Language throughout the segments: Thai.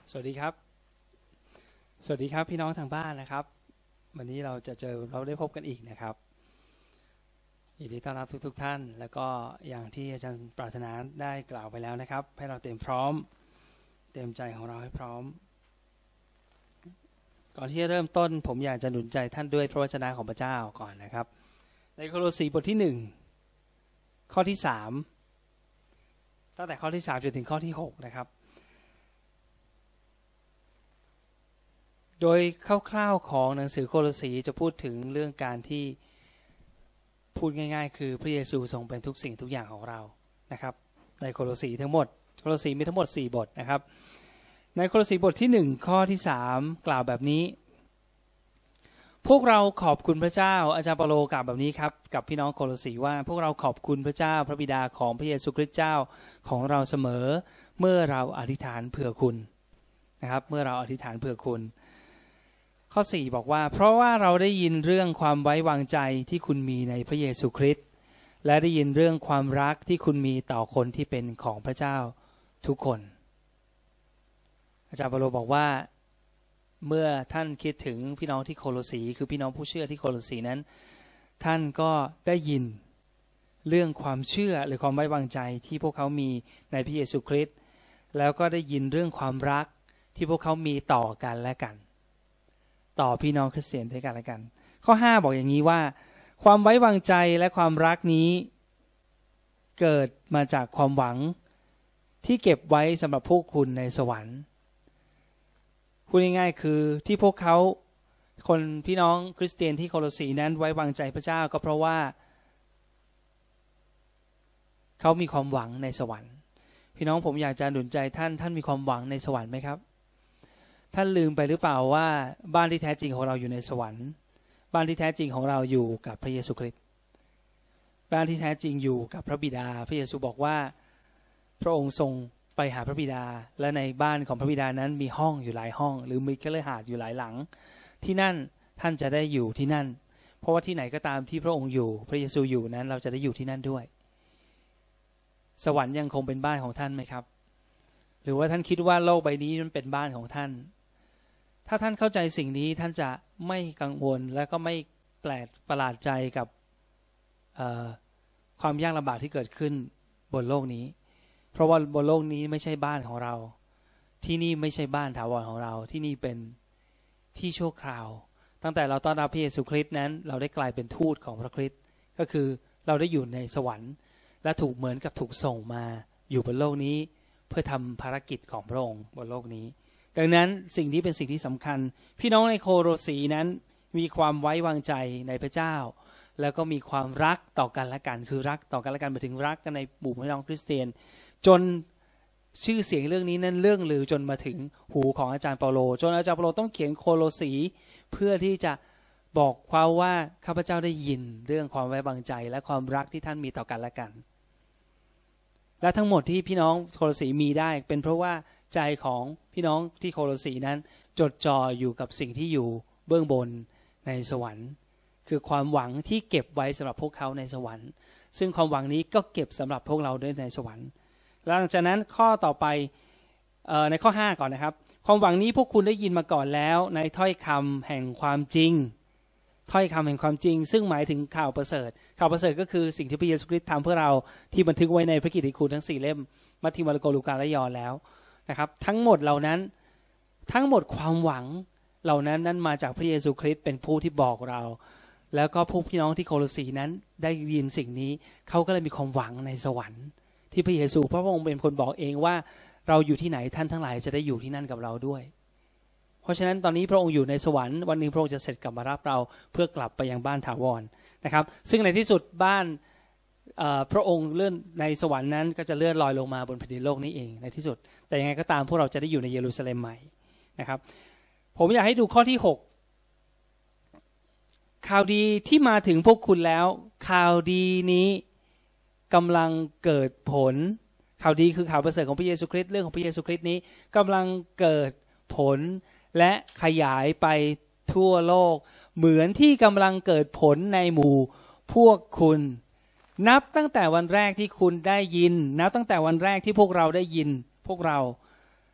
สวัสดีครับพี่น้องทางบ้านนะครับวันนี้เราได้พบกันอีกนะครับยินดีต้อนรับทุกท่านแล้วก็อย่างที่อาจารย์ปรารถนาได้กล่าวไปแล้วนะครับให้เราเตรียมพร้อมเตรียมใจของเราให้พร้อมก่อนที่จะเริ่มต้นผมอยากจะหนุนใจท่านด้วยพระวจนะของพระเจ้าก่อนนะครับในโคโลสีบทที่1ข้อที่3ตั้งแต่ข้อที่3จนถึงข้อที่6นะครับโดยคร่าวๆของหนังสือโคโลสีจะพูดถึงเรื่องการที่พูดง่ายๆคือพระเยซูทรงเป็นทุกสิ่งทุกอย่างของเรานะครับในโคโลสีทั้งหมดโคโลสีมีทั้งหมด4บทนะครับในโคโลสีบทที่1ข้อที่3กล่าวแบบนี้พวกเราขอบคุณพระเจ้าอาจารย์เปาโลกล่าวแบบนี้ครับกับพี่น้องโคโลสีว่าพวกเราขอบคุณพระเจ้าพระบิดาของพระเยซูคริสต์เจ้าของเราเสมอเมื่อเราอธิษฐานเผื่อคุณนะครับเมื่อเราอธิษฐานเผื่อคุณข้อ4บอกว่าเพราะว่าเราได้ยินเรื่องความไว้วางใจที่คุณมีในพระเยซูคริสต์และได้ยินเรื่องความรักที่คุณมีต่อคนที่เป็นของพระเจ้าทุกคนอาจารย์เปาโลบอกว่าเมื่อท่านคิดถึงพี่น้องที่โคโลสีคือพี่น้องผู้เชื่อที่โคโลสีนั้นท่านก็ได้ยินเรื่องความเชื่อหรือความไว้วางใจที่พวกเขามีในพระเยซูคริสต์แล้วก็ได้ยินเรื่องความรักที่พวกเขามีต่อกันและกันต่อพี่น้องคริสเตียนด้วยกันและกันข้อ5บอกอย่างนี้ว่าความไว้วางใจและความรักนี้เกิดมาจากความหวังที่เก็บไว้สำหรับพวกคุณในสวรรค์พูดง่ายๆคือที่พวกเขาคนพี่น้องคริสเตียนที่โคโลสีนั้นไว้วางใจพระเจ้าก็เพราะว่าเขามีความหวังในสวรรค์พี่น้องผมอยากจะหนุนใจท่านมีความหวังในสวรรค์ไหมครับท่านลืมไปหรือเปล่าว่าบ้านที่แท้จริงของเราอยู่ในสวรรค์บ้านที่แท้จริงของเราอยู่กับพระเยซูคริสต์บ้านที่แท้จริงอยู่กับพระบิดาพระเยซูบอกว่าพระองค์ทรงไปหาพระบิดาและในบ้านของพระบิดานั้นมีห้องอยู่หลายห้องหรือมีคฤหาสน์อยู่หลายหลังที่นั่นท่านจะได้อยู่ที่นั่นเพราะว่าที่ไหนก็ตามที่พระองค์อยู่พระเยซูอยู่นั้นเราจะได้อยู่ที่นั่นด้วยสวรรค์ยังคงเป็นบ้านของท่านไหมครับหรือว่าท่านคิดว่าโลกใบนี้มันเป็นบ้านของท่านถ้าท่านเข้าใจสิ่งนี้ท่านจะไม่กังวลและก็ไม่แปลกประหลาดใจกับความยากลำบากที่เกิดขึ้นบนโลกนี้เพราะว่าบนโลกนี้ไม่ใช่บ้านของเราที่นี่ไม่ใช่บ้านถาวรของเราที่นี่เป็นที่ชั่วคราวตั้งแต่เราต้อนรับพระเยซูคริสต์นั้นเราได้กลายเป็นทูตของพระคริสต์ก็คือเราได้อยู่ในสวรรค์และถูกเหมือนกับถูกส่งมาอยู่บนโลกนี้เพื่อทำภารกิจของพระองค์บนโลกนี้ดังนั้นสิ่งนี้เป็นสิ่งที่สำคัญพี่น้องในโคโลสีนั้นมีความไว้วางใจในพระเจ้าแล้วก็มีความรักต่อกันและกันคือรักต่อกันและกันหมายถึงรักกันในหมู่พี่น้องคริสเตียนจนชื่อเสียงเรื่องนี้นั้นเรื่องลือจนมาถึงหูของอาจารย์เปาโลจนอาจารย์เปาโลต้องเขียนโคโลสีเพื่อที่จะบอกเขาว่าข้าพเจ้าได้ยินเรื่องความไว้วางใจและความรักที่ท่านมีต่อกันและกันและทั้งหมดที่พี่น้องโคโลสีมีได้เป็นเพราะว่าใจของพี่น้องที่โคโลสีนั้นจดจ่ออยู่กับสิ่งที่อยู่เบื้องบนในสวรรค์คือความหวังที่เก็บไว้สำหรับพวกเขาในสวรรค์ซึ่งความหวังนี้ก็เก็บสำหรับพวกเราด้วยในสวรรค์หลังจากนั้นข้อต่อไปในข้อ5ก่อนนะครับความหวังนี้พวกคุณได้ยินมาก่อนแล้วในถ้อยคำแห่งความจริงถ้อยคำแห่งความจริงซึ่งหมายถึงข่าวประเสริฐข่าวประเสริฐก็คือสิ่งที่พระเยซูคริสต์ทำเพื่อเราที่บันทึกไว้ในพระกิตติคุณทั้ง4เล่มมัทธิวมาระโกลูกาและยอห์นแล้วนะครับทั้งหมดเหล่านั้นทั้งหมดความหวังเหล่านั้นนั้นมาจากพระเยซูคริสต์เป็นผู้ที่บอกเราแล้วก็พวกพี่น้องที่โคโลสีนั้นได้ยินสิ่งนี้เขาก็เลยมีความหวังในสวรรค์ที่พระเยซูพระองค์เป็นคนบอกเองว่าเราอยู่ที่ไหนท่านทั้งหลายจะได้อยู่ที่นั่นกับเราด้วยเพราะฉะนั้นตอนนี้พระองค์อยู่ในสวรรค์วันหนึ่งพระองค์จะเสร็จกลับมารับเราเพื่อกลับไปยังบ้านถาวรนะครับซึ่งในที่สุดบ้านพระองค์เลื่อนในสวรรค์นั้นก็จะเลื่อนลอยลงมาบนแผ่นดินโลกนี้เองในที่สุดแต่ยังไงก็ตามพวกเราจะได้อยู่ในเยรูซาเล็มใหม่นะครับผมอยากให้ดูข้อที่6ข่าวดีที่มาถึงพวกคุณแล้วข่าวดีนี้กำลังเกิดผลข่าวดีคือข่าวประเสริฐของพระเยซูคริสต์เรื่องของพระเยซูคริสต์นี้กำลังเกิดผลและขยายไปทั่วโลกเหมือนที่กำลังเกิดผลในหมู่พวกคุณนับตั้งแต่วันแรกที่คุณได้ยินนับตั้งแต่วันแรกที่พวกเราได้ยินพวกเรา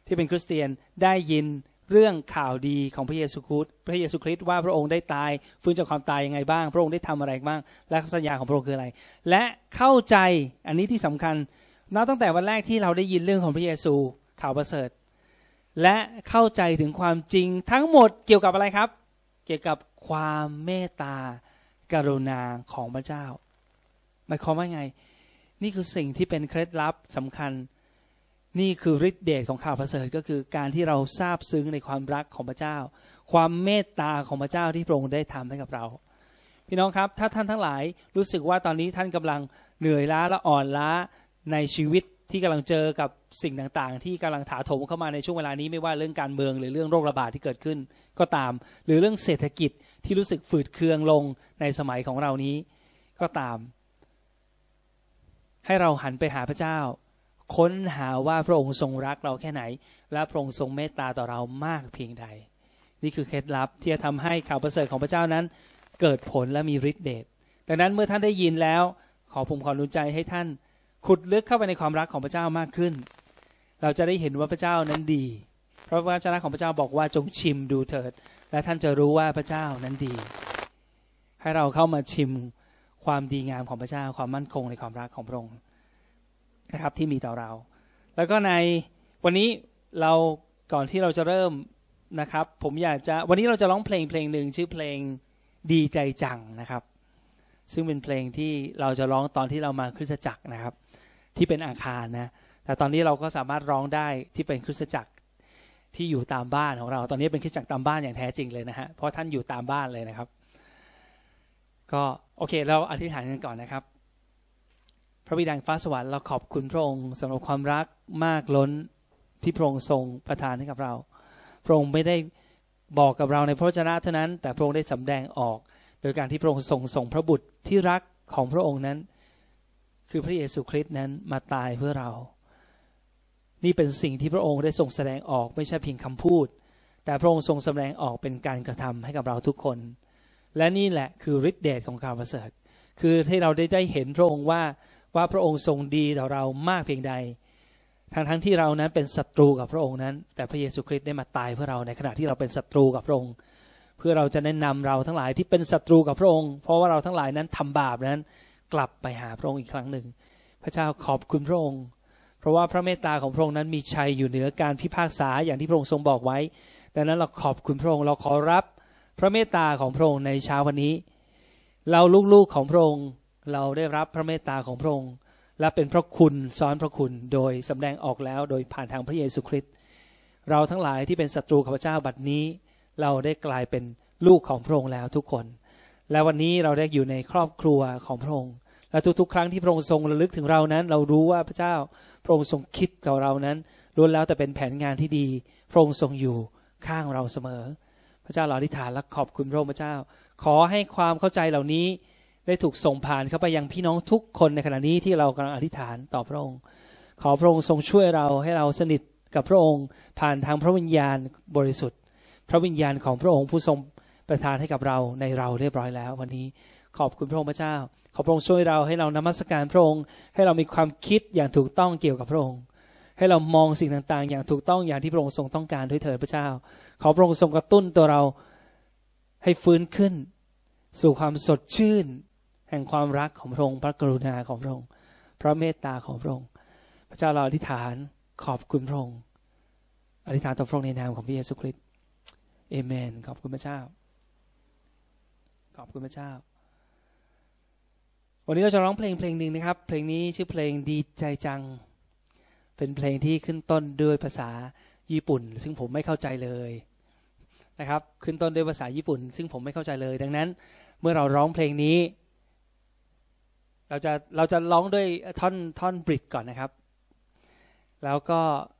ที่เป็นคริสเตียนได้ยินเรื่องข่าวดีของพระเยซูคริสต์ว่าพระองค์ได้ตายฟื้นจากความตายยังไงบ้างพระองค์ได้ทำอะไรบ้างและคำสัญญาของพระองค์คืออะไรและเข้าใจอันนี้ที่สำคัญนับตั้งแต่วันแรกที่เราได้ยินเรื่องของพระเยซูข่าวประเสริฐและเข้าใจถึงความจริงทั้งหมดเกี่ยวกับอะไรครับเกี่ยวกับความเมตตากรุณาของพระเจ้าหมายความว่าไงนี่คือสิ่งที่เป็นเคล็ดลับสำคัญนี่คือฤทธิเดชของข่าวประเสริฐก็คือการที่เราซาบซึ้งในความรักของพระเจ้าความเมตตาของพระเจ้าที่พระองค์ได้ทำให้กับเราพี่น้องครับถ้าท่านทั้งหลายรู้สึกว่าตอนนี้ท่านกำลังเหนื่อยล้าและอ่อนล้าในชีวิตที่กำลังเจอกับสิ่งต่างๆที่กำลังถาโถมเข้ามาในช่วงเวลานี้ไม่ว่าเรื่องการเมืองหรือเรื่องโรคระบาดที่เกิดขึ้นก็ตามหรือเรื่องเศรษฐกิจที่รู้สึกฝืดเคืองลงในสมัยของเรานี้ก็ตามให้เราหันไปหาพระเจ้าค้นหาว่าพระองค์ทรงรักเราแค่ไหนและพระองค์ทรงเมตตาต่อเรามากเพียงใดนี่คือเคล็ดลับที่จะทำให้ข่าวประเสริฐของพระเจ้านั้นเกิดผลและมีฤทธิเดชดังนั้นเมื่อท่านได้ยินแล้วขอผมขอหนุนใจให้ท่านขุดลึกเข้าไปในความรักของพระเจ้ามากขึ้นเราจะได้เห็นว่าพระเจ้านั้นดีเพราะว่าพระเจ้าของพระเจ้าบอกว่าจงชิมดูเถิดและท่านจะรู้ว่าพระเจ้านั้นดีให้เราเข้ามาชิมความดีงามของพระเจ้าความมั่นคงในความรักของพระองค์นะครับที่มีต่อเราแล้วก็ในวันนี้เราก่อนที่เราจะเริ่มนะครับผมอยากจะวันนี้เราจะร้องเพลงหนึ่งชื่อเพลงดีใจจังนะครับซึ่งเป็นเพลงที่เราจะร้องตอนที่เรามาคริสตจักรนะครับที่เป็นอาคารนะแต่ตอนนี้เราก็สามารถร้องได้ที่เป็นคริสตจักรที่อยู่ตามบ้านของเราตอนนี้เป็นคริสตจักรตามบ้านอย่างแท้จริงเลยนะฮะเพราะท่านอยู่ตามบ้านเลยนะครับก็โอเคเราอธิษฐานกันก่อนนะครับพระบิดาฟ้าสวรรค์เราขอบคุณพระองค์สำหรับความรักมากล้นที่พระองค์ทรงประทานให้กับเราพระองค์ไม่ได้บอกกับเราในพระวจนะเท่านั้นแต่พระองค์ได้สำแดงออกโดยการที่พระองค์ส่งพระบุตรที่รักของพระองค์นั้นคือพระเยซูคริสต์นั้นมาตายเพื่อเรานี่เป็นสิ่งที่พระองค์ได้ทรงแสดงออกไม่ใช่เพียงคำพูดแต่พระองค์ทรงแสดงออกเป็นการกระทำให้กับเราทุกคนและนี่แหละคือฤทธิเดชของข่าวประเสริฐคือที่เราได้เห็นพระองค์ว่าพระองค์ทรงดีต่อเรามากเพียงใดทั้งที่เรานั้นเป็นศัตรูกับพระองค์นั้นแต่พระเยซูคริสต์ได้มาตายเพื่อเราในขณะที่เราเป็นศัตรูกับพระองค์เพื่อเราจะแนะนำเราทั้งหลายที่เป็นศัตรูกับพระองค์เพราะว่าเราทั้งหลายนั้นทำบาปนั้นกลับไปหาพระองค์อีกครั้งหนึ่งพระเจ้าขอบคุณพระองค์เพราะว่าพระเมตตาของพระองค์นั้นมีชัยอยู่เหนือการพิพากษาอย่างที่พระองค์ทรงบอกไว้ดังนั้นเราขอบคุณพระองค์เราขอรับพระเมตตาของพระองค์ในเช้าวันนี้เราลูกๆของพระองค์เราได้รับพระเมตตาของพระองค์และเป็นพระคุณซ้อนพระคุณโดยสำแดงออกแล้วโดยผ่านทางพระเยซูคริสต์เราทั้งหลายที่เป็นศัตรูของพระเจ้าบัดนี้เราได้กลายเป็นลูกของพระองค์แล้วทุกคนและวันนี้เราได้อยู่ในครอบครัวของพระองค์และทุกๆครั้งที่พระองค์ทรงระลึกถึงเรานั้นเรารู้ว่าพระเจ้าพระองค์ทรงคิดต่อเรานั้นล้วนแล้วแต่เป็นแผนงานที่ดีพระองค์ทรงอยู่ข้างเราเสมอพระเจ้าเราอธิษฐานและขอบคุณพระองค์พระเจ้าขอให้ความเข้าใจเหล่านี้ได้ถูกส่งผ่านเข้าไปยังพี่น้องทุกคนในขณะนี้ที่เรากำลังอธิษฐานต่อพระองค์ขอพระองค์ทรงช่วยเราให้เราสนิทกับพระองค์ผ่านทางพระวิญญาณบริสุทธิ์พระวิญญาณของพระองค์ผู้ทรงประทานให้กับเราในเราเรียบร้อยแล้ววันนี้ขอบคุณพระองค์พระเจ้าขอพระองค์ช่วยเราให้เรานมัสการพระองค์ให้เรามีความคิดอย่างถูกต้องเกี่ยวกับพระองค์ให้เรามองสิ่งต่างๆอย่างถูกต้องอย่างที่พระองค์ทรงต้องการด้วยเถิดพระเจ้าขอพระองค์ทรงกระตุ้นตัวเราให้ฟื้นขึ้นสู่ความสดชื่นแห่งความรักของพระองค์พระกรุณาของพระองค์พระเมตตาของพระองค์พระเจ้าเราอธิษฐานขอบคุณพระองค์อธิษฐานต่อพระองค์ในนามของพระเยซูคริสต์เอเมนขอบคุณพระเจ้าขอบคุณพระเจ้าวันนี้เราจะร้องเพลงหนึ่งนะครับเพลงนี้ชื่อเพลงดีใจจังเป็นเพลงที่ขึ้นต้นด้วยภาษาญี่ปุ่นซึ่งผมไม่เข้าใจเลยนะครับขึ้นต้นด้วยภาษาญี่ปุ่นซึ่งผมไม่เข้าใจเลยดังนั้นเมื่อเราร้องเพลงนี้เราจะร้องด้วยท่อนบริดก่อนนะครับแล้วก็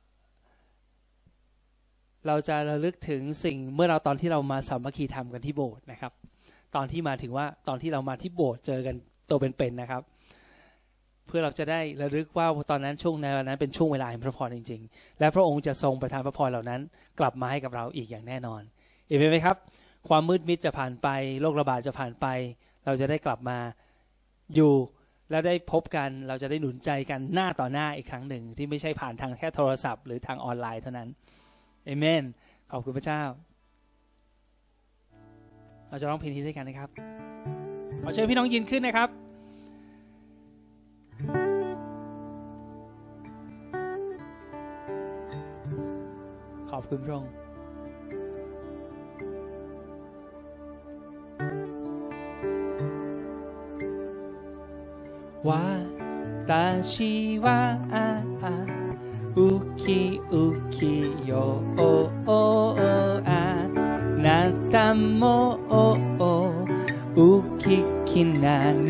เราจะระลึกถึงสิ่งเมื่อตอนที่เรามาสามัคคีธรรมกันที่โบสถ์นะครับตอนที่มาถึงว่าตอนที่เรามาที่โบสถ์เจอกันตัวเป็นๆนะครับเพื่อเราจะได้ระลึกว่าตอนนั้นช่วงนั้นเป็นช่วงเวลาแห่งพระพรจริงๆและพระองค์จะทรงประทานพระพรเหล่านั้นกลับมาให้กับเราอีกอย่างแน่นอนเห็นไหมครับความมืดมิดจะผ่านไปโรคระบาดจะผ่านไปเราจะได้กลับมาอยู่และได้พบกันเราจะได้หนุนใจกันหน้าต่อหน้าอีกครั้งหนึ่งที่ไม่ใช่ผ่านทางแค่โทรศัพท์หรือทางออนไลน์เท่านั้นเอเมนขอบคุณพระเจ้าเราจะร้องเพลงนี้ด้วยกันนะครับขอเชิญพี่น้องยืนขึ้นนะครับขอบคุณพระองค์วาตาชิวะอุคิอุคิโยโอโอโออานาตาโมโอโออุคิคินาโน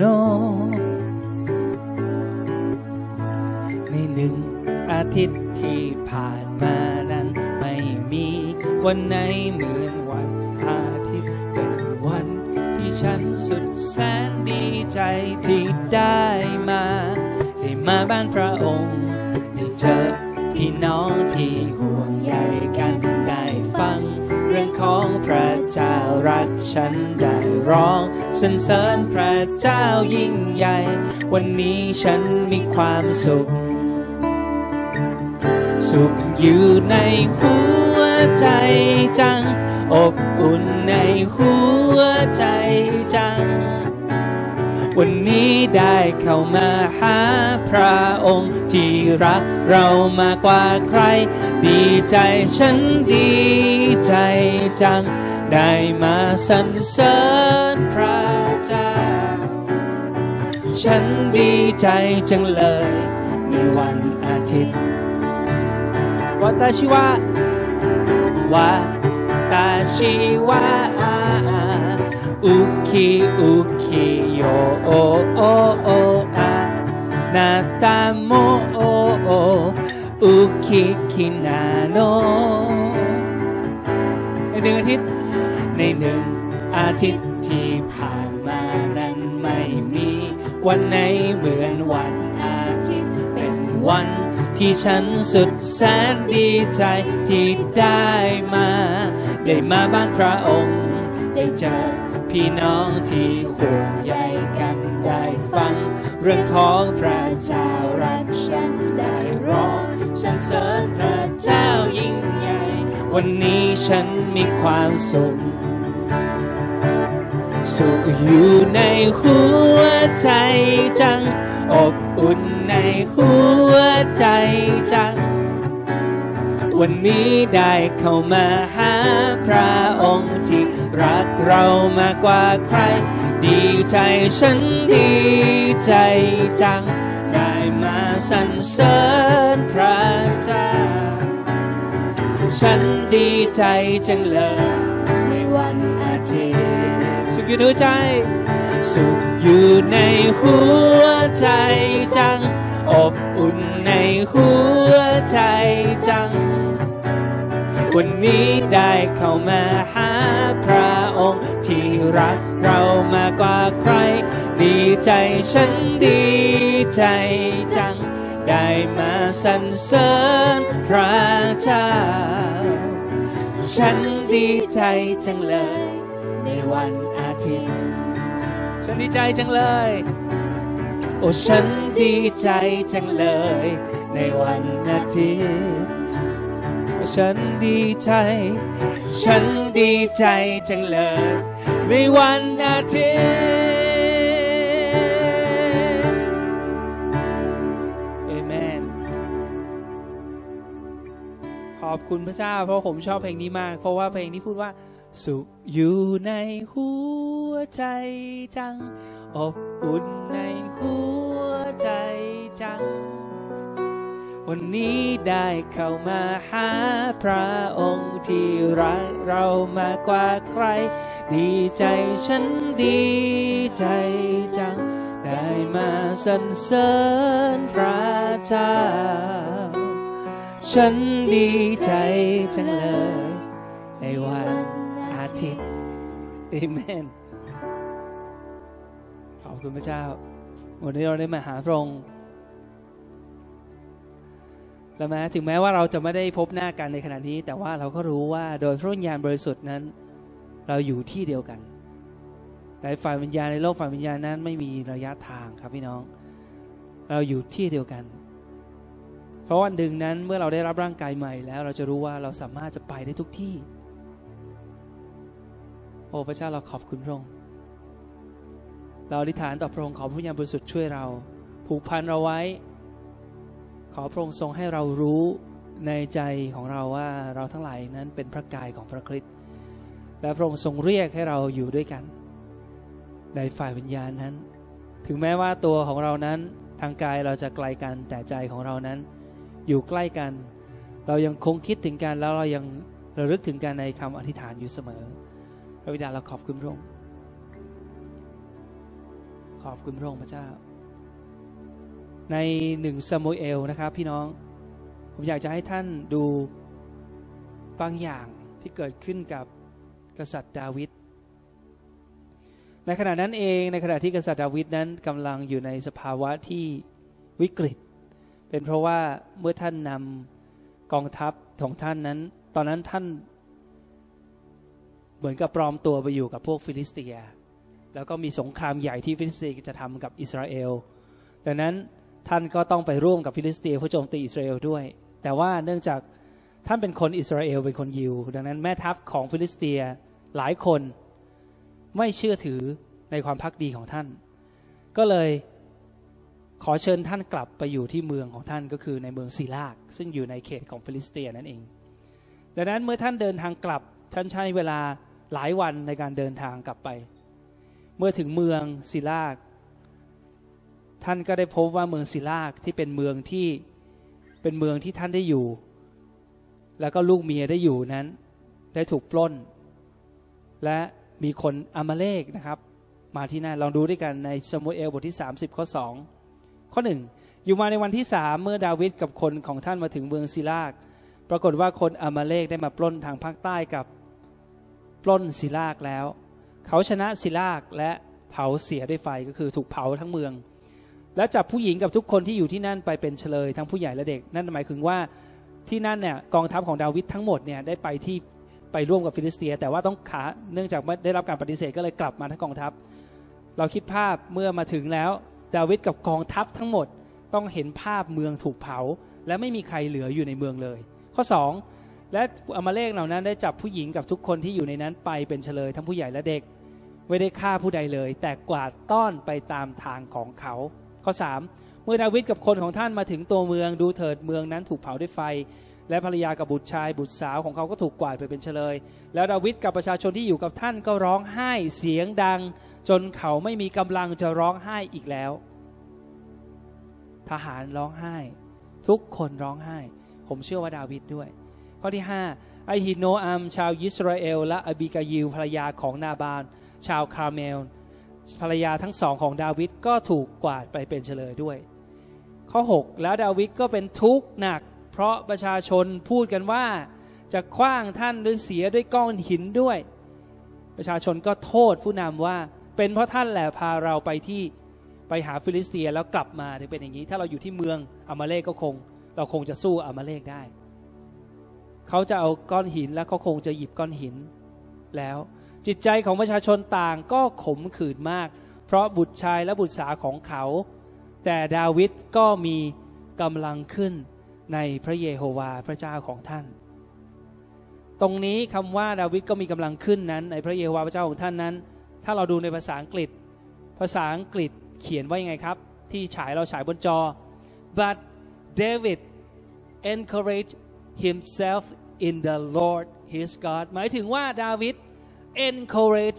ในหนึ่งอาทิตย์ที่ผ่านมานั้นไม่มีวันไหนเหมือนวันอาทิตย์เป็นวันที่ฉันสุดแสนดีใจที่ได้มาบ้านพระองค์ได้เจอพี่น้องที่ห่วงใยกันได้ฟังเรื่องของพระเจ้ารักฉันได้ร้องสรรเสริญพระเจ้ายิ่งใหญ่วันนี้ฉันมีความสุขอยู่ในหัวใจจังอบอุ่นในหัวใจจังวันนี้ได้เข้ามาหาพระองค์ที่รักเรามากกว่าใครดีใจฉันดีใจจังได้มาสรรเสริญพระเจ้าฉันดีใจจังเลยในวันอาทิตย์วาตาชิวะวาตาชิวะอุคิอุคิโยโอโอโออานาตาโมโอโออุคิคินาโนในหนึ่งอาทิตย์ที่ผ่านมานั้นไม่มีวันไหนเหมือนวันอาทิตย์เป็นวันที่ฉันสุดแสนดีใจที่ได้มาบ้านพระองค์ได้เจอพี่น้องที่ห่วงใยกันได้ฟังเรื่องของพระเจ้ารักฉันได้ร้องสรรเสริญพระเจ้ายิ่งใหญ่วันนี้ฉันมีความสุขอยู่ในหัวใจจังอบอุ่นในหัวใจจังวันนี้ได้เข้ามาหาพระองค์ที่รักเรามากกว่าใครดีใจฉันดีใจจังได้มาสรรเสริญพระเจ้าฉันดีใจจังเลยในวันอาทิตย์สุขอยู่ในหัวใจสุขอยู่ในหัวใจจังอบอุ่นในหัวใจจังวันนี้ได้เข้ามาหาพระองค์ที่รักเรามากกว่าใครดีใจฉันดีใจจังได้มาสรรเสริญพระเจ้าฉันดีใจจังเลยในวันอาทิตย์ฉันดีใจจังเลยโอ้ฉันดีใจจังเลยในวันอาทิตย์ฉันดีใจจังเลยในวันอาทิตย์เอเมนขอบคุณพระเจ้าเพราะผมชอบเพลงนี้มากเพราะว่าเพลงนี้พูดว่าสุขอยู่ในหัวใจจังอบอุ่นในหัวใจจังวันนี้ได้เข้ามาหาพระองค์ที่รักเรามากกว่าใครดีใจฉันดีใจจังได้มาสรรเสริญพระเจ้าฉันดีใจจังเลยในวันอาทิตย์เอเมนขอบคุณพระเจ้าวันนี้เราได้มาหาพระองค์และถึงแม้ว่าเราจะไม่ได้พบหน้ากันในขณะนี้แต่ว่าเราก็รู้ว่าโดยพระวิญญาณบริสุทธิ์นั้นเราอยู่ที่เดียวกันในฝ่ายวิญญาณในโลกฝ่ายวิญญาณนั้นไม่มีระยะทางครับพี่น้องเราอยู่ที่เดียวกันเพราะวันหนึ่งนั้นเมื่อเราได้รับร่างกายใหม่แล้วเราจะรู้ว่าเราสามารถจะไปได้ทุกที่โอ้พระเจ้าเราขอบคุณพระองค์เราอธิษฐานต่อพระองค์ขอพระวิญญาณบริสุทธิ์ช่วยเราผูกพันเราไว้ขอพระองค์ทรงให้เรารู้ในใจของเราว่าเราทั้งหลายนั้นเป็นพระกายของพระคริสต์และพระองค์ทรงเรียกให้เราอยู่ด้วยกันในฝ่ายวิญญาณนั้นถึงแม้ว่าตัวของเรานั้นทางกายเราจะไกลกันแต่ใจของเรานั้นอยู่ใกล้กันเรายังคงคิดถึงกันแล้วเรายังระลึกถึงกันในคำอธิษฐานอยู่เสมอพระบิดาเราขอบคุณพระองค์ขอบคุณพระองค์พระเจ้าใน1 ซามูเอลนะครับพี่น้องผมอยากจะให้ท่านดูบางอย่างที่เกิดขึ้นกับกษัตริย์ดาวิดในขณะนั้นเองในขณะที่กษัตริย์ดาวิดนั้นกำลังอยู่ในสภาวะที่วิกฤตเป็นเพราะว่าเมื่อท่านนำกองทัพของท่านนั้นตอนนั้นท่านเหมือนกับปลอมตัวไปอยู่กับพวกฟิลิสเตียแล้วก็มีสงครามใหญ่ที่ฟิลิสเตียจะทำกับอิสราเอลดังนั้นท่านก็ต้องไปร่วมกับฟิลิสเตียเพื่อโจมตีอิสราเอลด้วยแต่ว่าเนื่องจากท่านเป็นคนอิสราเอลเป็นคนยิวดังนั้นแม่ทัพของฟิลิสเตียหลายคนไม่เชื่อถือในความภักดีของท่านก็เลยขอเชิญท่านกลับไปอยู่ที่เมืองของท่านก็คือในเมืองซิลากซึ่งอยู่ในเขตของฟิลิสเตียนั่นเองดังนั้นเมื่อท่านเดินทางกลับท่านใช้เวลาหลายวันในการเดินทางกลับไปเมื่อถึงเมืองซิลากท่านก็ได้พบว่าเมืองซิลากที่เป็นเมืองที่ท่านได้อยู่แล้วก็ลูกเมียได้อยู่นั้นได้ถูกปล้นและมีคนอามาเลกนะครับมาที่นั่นลองดูด้วยกันในซามูเอลบทที่30ข้อ2ข้อ1อยู่มาในวันที่3เมื่อดาวิดกับคนของท่านมาถึงเมืองซิลากปรากฏว่าคนอามาเลกได้มาปล้นทางภาคใต้กับปล้นซิลากแล้วเขาชนะซิลากและเผาเสียด้วยไฟก็คือถูกเผาทั้งเมืองและจับผู้หญิงกับทุกคนที่อยู่ที่นั่นไปเป็นเฉลยทั้งผู้ใหญ่และเด็กนั่นหมายถึงว่าที่นั่นเนี่ยกองทัพของดาวิดทั้งหมดเนี่ยได้ไปร่วมกับฟิลิสเตียแต่ว่าต้องเนื่องจากได้รับการปฏิเสธก็เลยกลับมาทั้งกองทัพเราคิดภาพเมื่อมาถึงแล้วดาวิดกับกองทัพทั้งหมดต้องเห็นภาพเมืองถูกเผาและไม่มีใครเหลืออยู่ในเมืองเลยข้อ2และอามาเลกเหล่านั้นได้จับผู้หญิงกับทุกคนที่อยู่ในนั้นไปเป็นเฉลยทั้งผู้ใหญ่และเด็กไม่ได้ฆ่าผู้ใดเลยแต่กวาดต้อนไปตามทางของเขาข้อ3เมื่อดาวิดกับคนของท่านมาถึงตัวเมืองดูเถิดเมืองนั้นถูกเผาด้วยไฟและภรรยากับบุตรชายบุตรสาวของเขาก็ถูกกวาดไปเป็นเฉลยแล้วดาวิดกับประชาชนที่อยู่กับท่านก็ร้องไห้เสียงดังจนเขาไม่มีกำลังจะร้องไห้อีกแล้วทหารร้องไห้ทุกคนร้องไห้ผมเชื่อว่าดาวิดด้วยข้อที่5ไอฮิโนอัมชาวอิสราเอลและอบิกายิลภรรยาของนาบาลชาวคาร์เมลภรรยาทั้งสองของดาวิดก็ถูกกวาดไปเป็นเฉลยด้วยข้อ6แล้วดาวิดก็เป็นทุกข์หนักเพราะประชาชนพูดกันว่าจะขว้างท่านหรือเสียด้วยก้อนหินด้วยประชาชนก็โทษผู้นำว่าเป็นเพราะท่านแหละพาเราไปหาฟิลิสเตียแล้วกลับมาถึงเป็นอย่างนี้ถ้าเราอยู่ที่เมืองอามาเลกก็เราคงจะสู้อามาเลกได้เขาจะเอาก้อนหินและเขาคงจะหยิบก้อนหินแล้วจิตใจของประชาชนต่างก็ขมขื่นมากเพราะบุตรชายและบุตรสาวของเขาแต่ดาวิดก็มีกำลังขึ้นในพระเยโฮวาห์พระเจ้าของท่านตรงนี้คำว่าดาวิดก็มีกำลังขึ้นนั้นในพระเยโฮวาห์พระเจ้าของท่านนั้นถ้าเราดูในภาษาอังกฤษเขียนว่ายังไงครับที่เราฉายบนจอ but David encouraged himself in the Lord his God หมายถึงว่าดาวิด encourage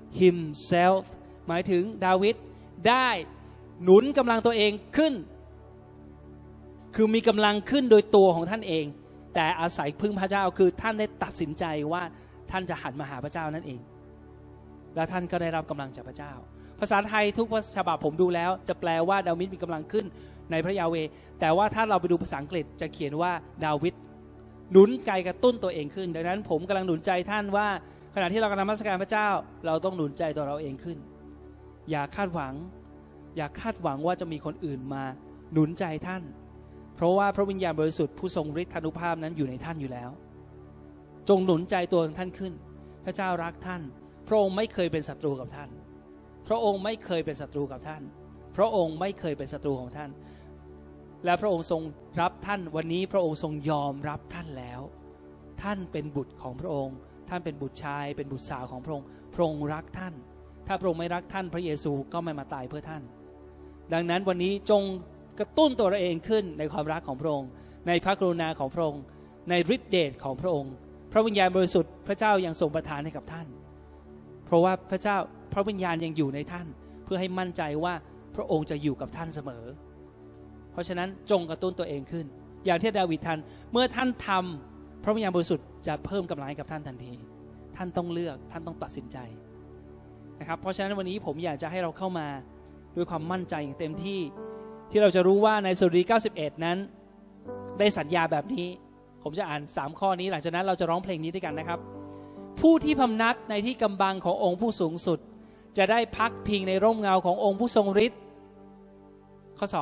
himself หมายถึงดาวิดได้หนุนกำลังตัวเองขึ้นคือมีกำลังขึ้นโดยตัวของท่านเองแต่อาศัยพึ่งพระเจ้าคือท่านได้ตัดสินใจว่าท่านจะหันมาหาพระเจ้านั่นเองและท่านก็ได้รับกำลังจากพระเจ้าภาษาไทยทุกฉบับผมดูแล้วจะแปลว่าดาวิดมีกำลังขึ้นในพระยาเวห์แต่ว่าถ้าเราไปดูภาษาอังกฤษจะเขียนว่าดาวิดหนุนใจกระตุ้นตัวเองขึ้นดังนั้นผมกำลังหนุนใจท่านว่าขณะที่เรากำลังนมัสการพระเจ้าเราต้องหนุนใจตัวเราเองขึ้นอย่าคาดหวังว่าจะมีคนอื่นมาหนุนใจท่านเพราะว่าพระวิญญาณบริสุทธิ์ผู้ทรงฤทธานุภาพนั้นอยู่ในท่านอยู่แล้วจงหนุนใจตัวท่านขึ้นพระเจ้ารักท่านพระองค์ไม่เคยเป็นศัตรูกับท่านพระองค์ไม่เคยเป็นศัตรูกับท่านพระองค์ไม่เคยเป็นศัตรูของท่านและพระองค์ทรงรับท่านวันนี้พระองค์ทรงยอมรับท่านแล้วท่านเป็นบุตรของพระองค์ท่านเป็นบุตรชายเป็นบุตรสาวของพระองค์พระองค์รักท่านถ้าพระองค์ไม่รักท่านพระเยซูก็ไม่มาตายเพื่อท่านดังนั้นวันนี้จงกระตุ้นตัวเราเองขึ้นในความรักของพระองค์ในพระกรุณาของพระองค์ในฤทธิเดชของพระองค์พระวิญญาณบริสุทธิ์พระเจ้ายังทรงประทานให้กับท่านเพราะว่าพระเจ้าพระวิญญาณยังอยู่ในท่านเพื่อให้มั่นใจว่าพระองค์จะอยู่กับท่านเสมอเพราะฉะนั้นจงกระตุ้นตัวเองขึ้นอย่างที่ดาวิดทันเมื่อท่านทำพระวิญญาณบริสุทธิ์จะเพิ่มกำลังให้กับท่านทันทีท่านต้องเลือกท่านต้องตัดสินใจนะครับเพราะฉะนั้นวันนี้ผมอยากจะให้เราเข้ามาด้วยความมั่นใจอย่างเต็มที่ที่เราจะรู้ว่าในสดุดี91นั้นได้สัญญาแบบนี้ผมจะอ่าน3ข้อนี้หลังจากนั้นเราจะร้องเพลงนี้ด้วยกันนะครับผู้ที่พำนักในที่กำบังขององค์ผู้สูงสุดจะได้พักพิงในร่มเงาขององค์ผู้ทรงฤทธิ์ข้อ2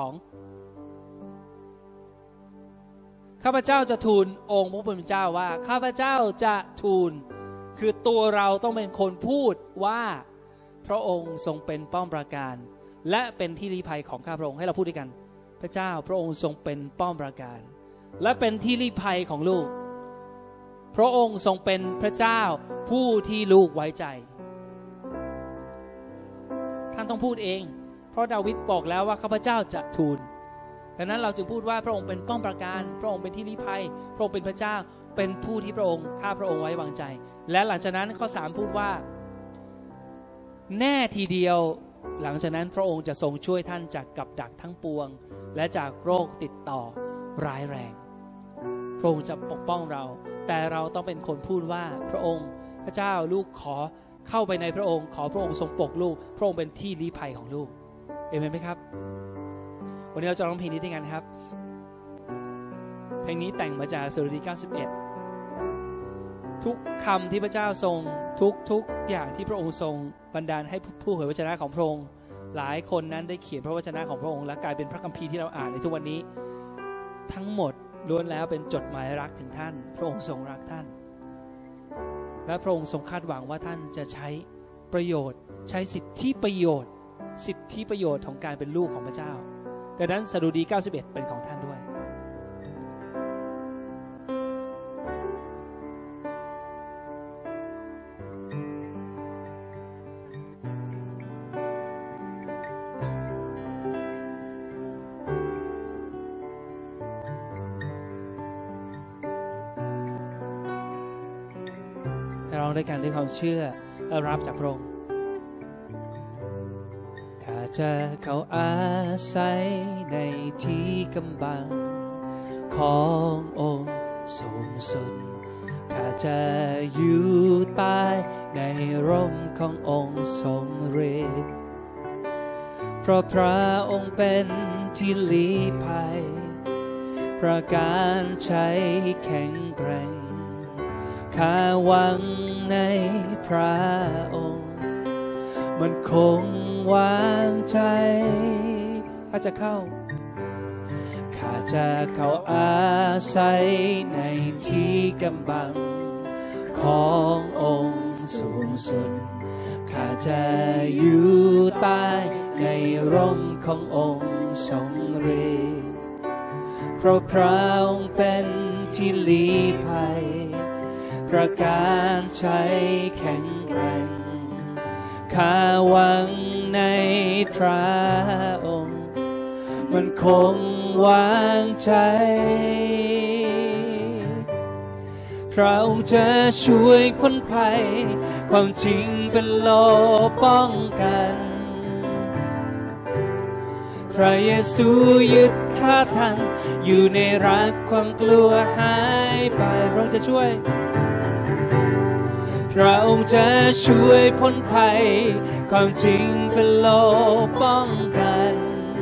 ข้าพเจ้าจะทูลองค์พระผู้เป็นเจ้าว่าข้าพเจ้าจะทูลคือตัวเราต้องเป็นคนพูดว่าพระองค์ทรงเป็นป้อมปราการและเป็นที่ลี้ภัยของข้าพระองค์ให้เราพูดด้วยกันพระเจ้าพระองค์ทรงเป็นป้อมปราการและเป็นที่ลี้ภัยของลูกพระองค์ทรงเป็นพระเจ้าผู้ที่ลูกไว้ใจท่านต้องพูดเองเพราะดาวิดบอกแล้วว่าข้าพเจ้าจะทูลดังนั้นเราจึงพูดว่าพระองค์เป็นป้อมปราการพระองค์เป็นที่ลี้ภัยพระองค์เป็นพระเจ้าเป็นผู้ที่พระองค์ข้าพระองค์ไว้วางใจและหลังจากนั้นข้อ3พูดว่าแน่ทีเดียวหลังจากนั้นพระองค์จะทรงช่วยท่านจากกับดักทั้งปวงและจากโรคติดต่อร้ายแรงพระองค์จะปกป้องเราแต่เราต้องเป็นคนพูดว่าพระองค์พระเจ้าลูกขอเข้าไปในพระองค์ขอพระองค์ทรงปกลูกพระองค์เป็นที่ลี้ภัยของลูกเอเมนไหมครับวันนี้เราจะร้องเพลงนี้ด้วยกันครับเพลงนี้แต่งมาจากสดุดี91ทุกคำที่พระเจ้าทรงทุกอย่างที่พระองค์ทรงบันดาลให้ผู้เผยพระวจนะของพระองค์หลายคนนั้นได้เขียนพระวจนะของพระองค์และกลายเป็นพระคัมภีร์ที่เราอ่านในทุกวันนี้ทั้งหมดล้วนแล้วเป็นจดหมายรักถึงท่านพระองค์ทรงรักท่านและพระองค์ทรงคาดหวังว่าท่านจะใช้ประโยชน์ใช้สิทธิประโยชน์ของการเป็นลูกของพระเจ้าดังนั้นสดุดี91เป็นของท่านด้วยร้องด้วยกันด้วยความเชื่อและรับจากพระองค์ข้าจะเข้าอาศัยในที่กำบังขององค์สูงสุดข้าจะอยู่ใต้ในร่มขององค์ทรงฤทธิ์เพราะพระองค์เป็นที่ลี้ภัยประการใช้แข็งแกร่งข้าหวังในพระองค์มันคงวางใจข้าจะเข้าอาศัยในที่กำบังขององค์สูงสุดข้าจะอยู่ใต้ในร่มขององค์ทรงฤทธิ์เพราะพระองค์เป็นที่ลี้ภัยประการใช้แข็งแกร่งข้าหวังในพระองค์มันคงวางใจพระองค์จะช่วยพ้นภัยความจริงเป็นโลป้องกันพระเยซูยึดข้าท่านอยู่ในรักความกลัวหายไปพระองค์จะช่วยพระองค์จะช่วยพ้นภัยความจริงเป็นโลป้องกัน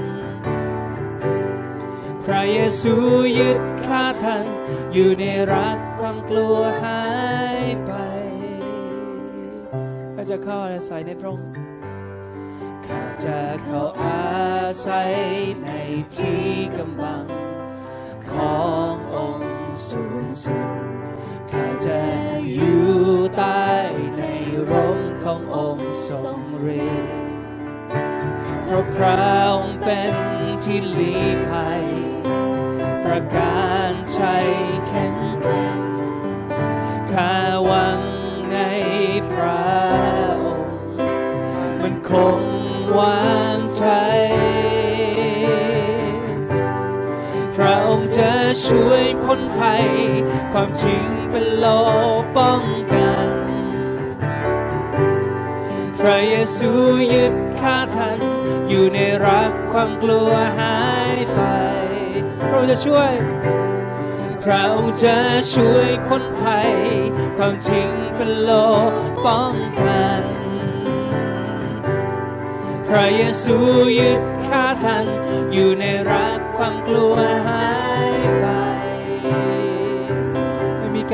พระเยซูยึดข้าท่านอยู่ในรักความกลัวหายไปข้าจะเข้าอาศัยในพระองค์ข้าจะเข้าอาศัยในที่กำบังขององค์สูงสุดข้าจะอยู่ใต้ในร่มขององค์ทรงฤทธิ์เพราะพระองค์เป็นที่ลี้ภัยประการชัยแข็งแกร่งข้าหวังในพระองค์มันคงวางใจพระองค์จะช่วยพ้นภัยความจริงเป็นโลป้องกันพระเยซูยึดข้าทันอยู่ในรักความกลัวหายไปพระองค์จะช่วยพระองค์จะช่วยพ้นภัยความจริงเป็นโลป้องกันพระเยซูยึดข้าทันอยู่ในรักความกลัวหายไปไม่มี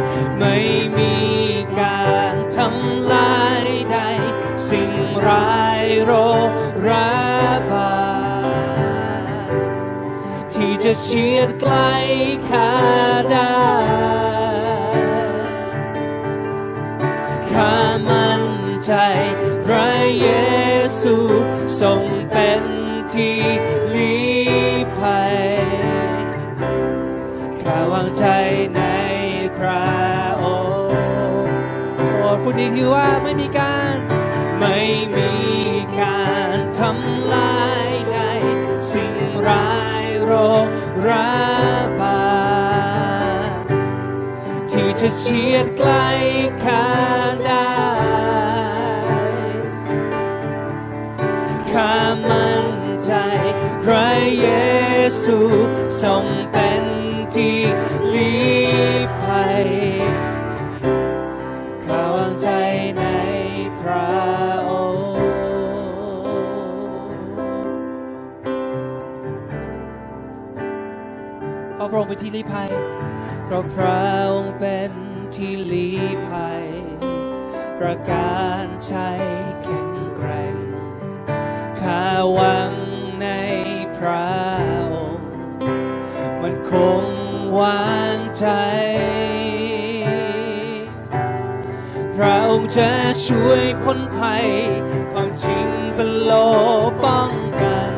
การทำลายใดสิ่งร้ายโรคระบาดที่จะเฉียดใกล้ข้าได้ข้ามั่นใจพระเยซูทรงเป็นที่ลี้ภัยข้าวางใจในพระองค์โปรดพูดดีที่ว่าไม่มีการทำลายใดสิ่งร้ายโรคระบาดที่จะเฉียดใกล้ข้าได้ข้ามั่นใจพระเยซูทรงเป็นที่ลี้ภัยข้าวางใจในพระองค์เพราะพระองค์เป็นที่ลี้ภัยเพราะพระองค์เป็นที่ลี้ภัยประการชัยแข็งแกร่งข้าหวังในพระองค์มันคงวางใจพระองค์จะช่วยพ้นภัยความจริงเป็นโลป้องกัน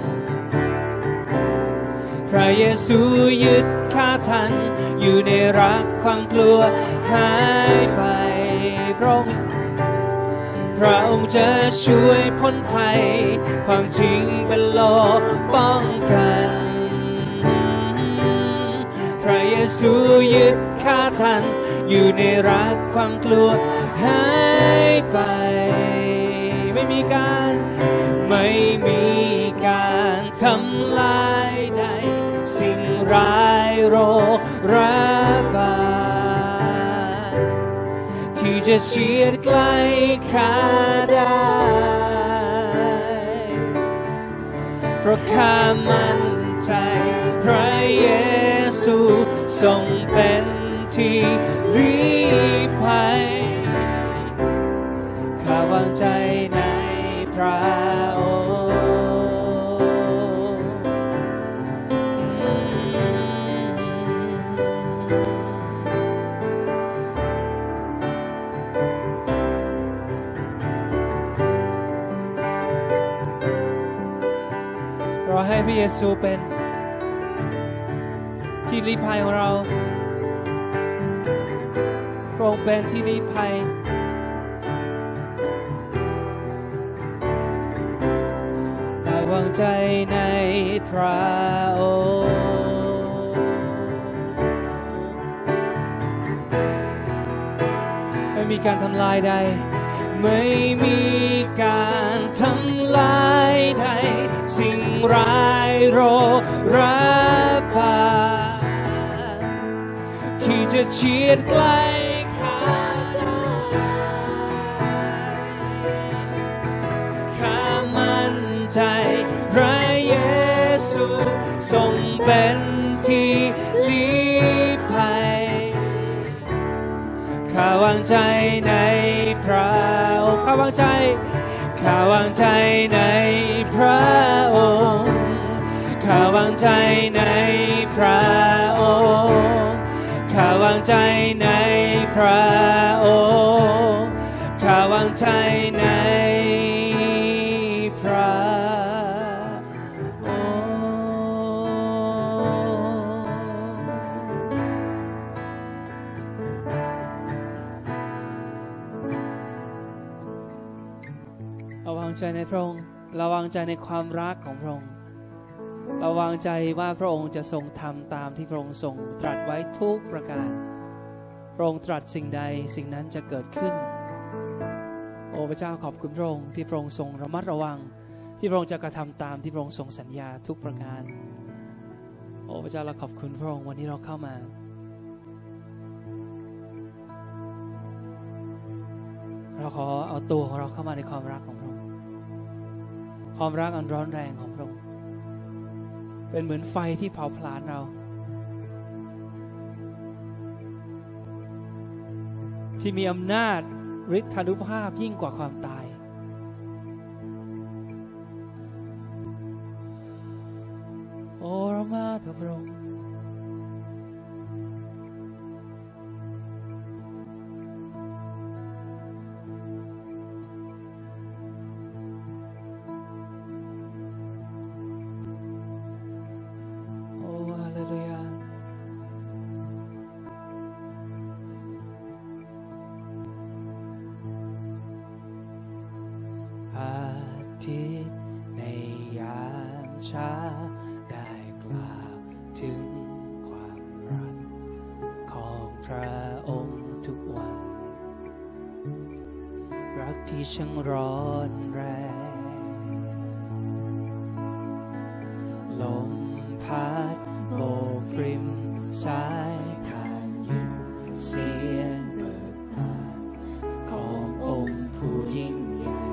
พระเยซูยึดข้าทันอยู่ในรักความกลัวหายไปพระองค์จะช่วยพ้นภัยความจริงเป็นโลป้องกันพระเยซูยึดข้าทันอยู่ในรักความกลัวหายไปไม่มีการทำลายใดสิ่งร้ายโรคระบาดที่จะเฉียดใกล้ข้าได้เพราะข้ามั่นใจพระเยซูทรงเป็นที่ลี้ภัยข้าวางใจในพระองค์เราให้พระเยซูเป็นที่ลี้ภัยของเราพระองค์เป็นที่ลี้ภัยแต่วางใจในพระองค์ไม่มีการทำลายใดไม่มีการทำลายใดสิ่งร้ายโรคระบาดที่จะเฉียดใกล้ข้าได้ข้ามั่นใจพระเยซูทรงเป็นที่ลี้ภัยข้าวางใจในพระองค์ข้าวางใจในพระองค์ข้าวางใจในพระองค์ข้าวางใจในพระองค์ข้าวางใจในพระางใจในพระองค์เราวางใจในความรักของพระองค์เราวางใจว่าพระองค์จะทรงทำตามที่พระองค์ทรงตรัสไว้ทุกประการพระองค์ตรัสสิ่งใดสิ่งนั้นจะเกิดขึ้นโอ้พระเจ้าขอบคุณพระองค์ที่พระองค์ทรงระมัดระวังที่พระองค์จะกระทำตามที่พระองค์ทรงสัญญาทุกประการโอ้พระเจ้าเราขอบคุณพระองค์วันนี้เราเข้ามาเราขอเอาตัวของเราเข้ามาในความรักของพระองค์ความรักอันร้อนแรงของพระองค์เป็นเหมือนไฟที่เผาผลาญเราที่มีอำนาจฤทธานุภาพยิ่งกว่าความตายโอ้เรามาเถิดพระองค์โอ้ฮาเลลูยาอาทิตย์ในยามเช้าได้กล่าวถึงความรักของพระองค์ทุกวันรักที่ช่างร้อนแรงลมพัดโบกริมสายทานอยู่เสียงเบิกบานขององค์ผู้ยิ่งใหญ่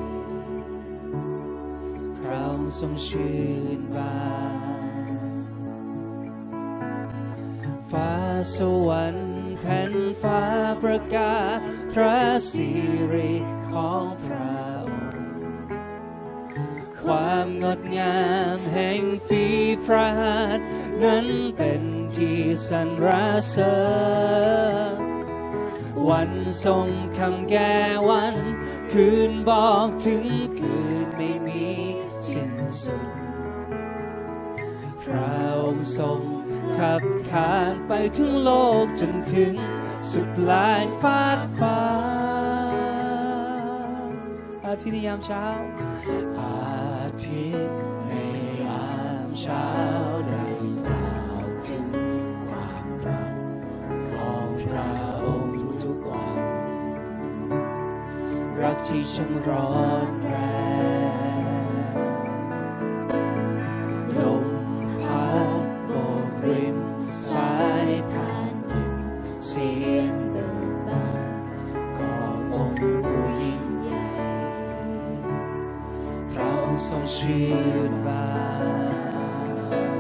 เราทรงชื่นบานฟ้าสวรรค์แผ่นฟ้าประกาศพระสิริของพระองค์ความงดงามแห่งฝีพระหัตถ์นั้นเป็นที่สรรเสริญวันทรงคำแก่วันคืนบอกถึงคืนไม่มีสิ้นสุดพระองค์ทรงขับขานไปถึงโลกจนถึงสุดปลายฟากฟ้าอาทิตย์ในยามเช้าอาทิตย์ในยามเช้าได้กล่าวถึงความรักของพระองค์ทุกวันรักที่ช่างร้อนแรงลมพัดโบกริมสายทานอยู่เสียงเบิกบานขององค์ผู้ยิ่งใหญ่พระองค์ทรงชื่นบาน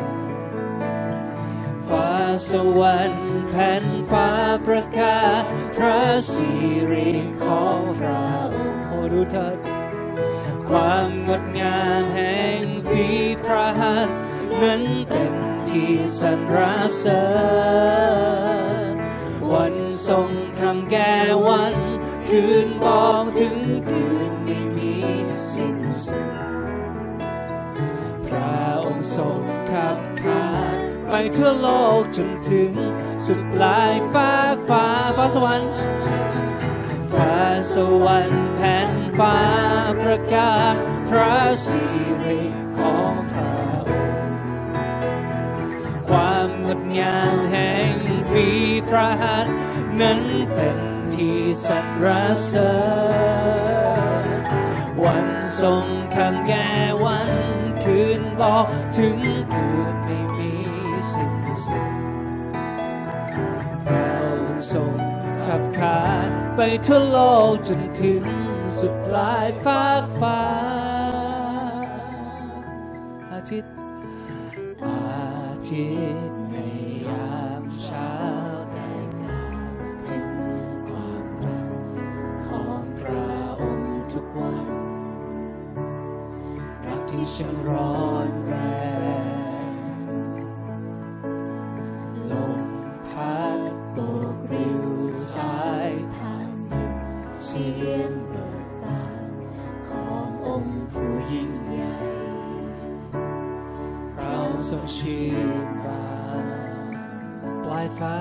ฟ้าสวรรค์แผ่นฟ้าประกาศพระสิริของพระองค์โอ้ดูเถิดความงดงามแห่งฝีพระหัตถ์นั้นเป็นที่สรรเสริญวันทรงคำแก่วันคืนบอกถึงคืนไม่มีสิ้นสุดพระองค์ทรงขับขานไปทั่วโลกจนถึงสุดปลายฟ้าฟ้าสวรรค์ฟ้าสวรรค์แผ่นฟ้าประกาศพระสิริของพระองค์ความงดงามแห่งฝีพระหัตถ์นั้นเป็นที่สรรเสริญวันทรงคำแก่วันคืนบอกถึงคืนไม่มีสิ้นสุดพระองค์ทรงขับขานไปทั่วโลกจนถึงสุดปลายฟากฟ้าอาทิตย์ในยามเช้าได้กล่าวถึงความรักของพระองค์ทุกวันรักที่ช่างร้อนแรงลมพัดโบกริ้วสายทานเสียงเบิกบานขององค์ผู้ยิ่งใหญ่เราทรงชื่นบานปลายฟ้า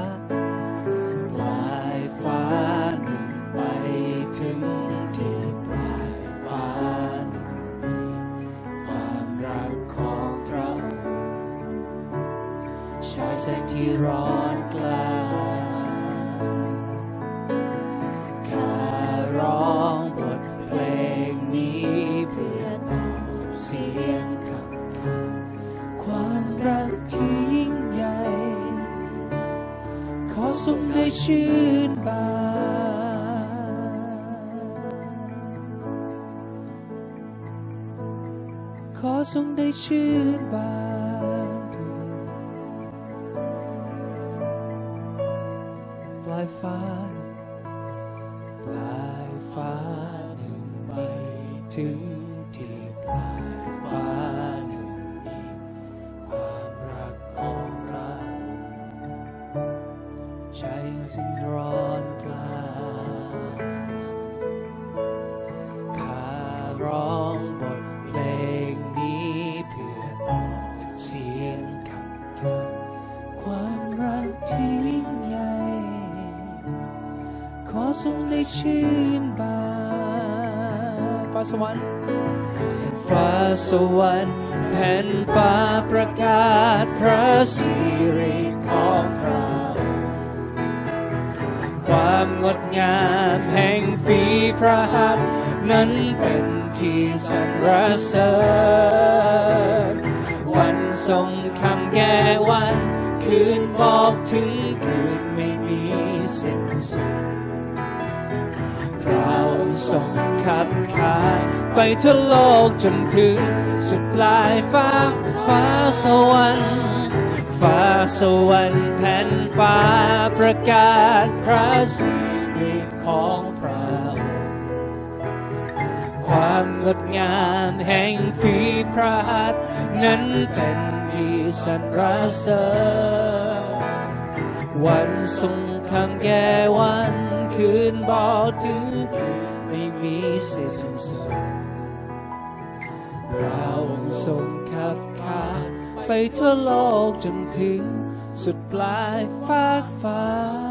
หนึ่งไปถึงที่ปลายฟ้าหนึ่งฉายแสงที่ร้อนกล้าข้าร้องบทเพลงนี้เพื่อตอบเสียงคำความรักที่ยิ่งใหญ่ขอทรงได้ชื่นบานขอทรงได้ชื่นบานปลายฟ้าหนึ่งไม่ถึงที่ปลายฟ้าหนึ่งมีความรักของเราใจซึ่งร้อนกล้าข้าร้องบทเพลงนี้เพื่อตอบเสียงคำความรักที่ยิ่งใหญ่ขอทรงได้ชื่นบานฟ้าสวรรค์ฟ้าสวรรค์แผ่นฟ้าประกาศพระสิริของพระความงดงามแห่งฝีพระหัตถ์นั้นเป็นที่สรรเสริญวันทรงคำแก่วันคืนบอกถึงคืนไม่มีสิ้นสุดเราทรงขับขานไปทั่วโลกจนถึงสุดปลายฟ้าสวรรค์ฟ้าสวรรค์แผ่นฟ้าประกาศพระสิริของพระองค์ความงดงามแห่งฝีพระหัตถ์นั้นเป็นที่สรรเสริญวันทรงคำแก่วันคืนบอกถึงไม่มีสิ้นสุดเราทรงขับขานไปทั่วโลกจนถึงสุดปลายฟ้า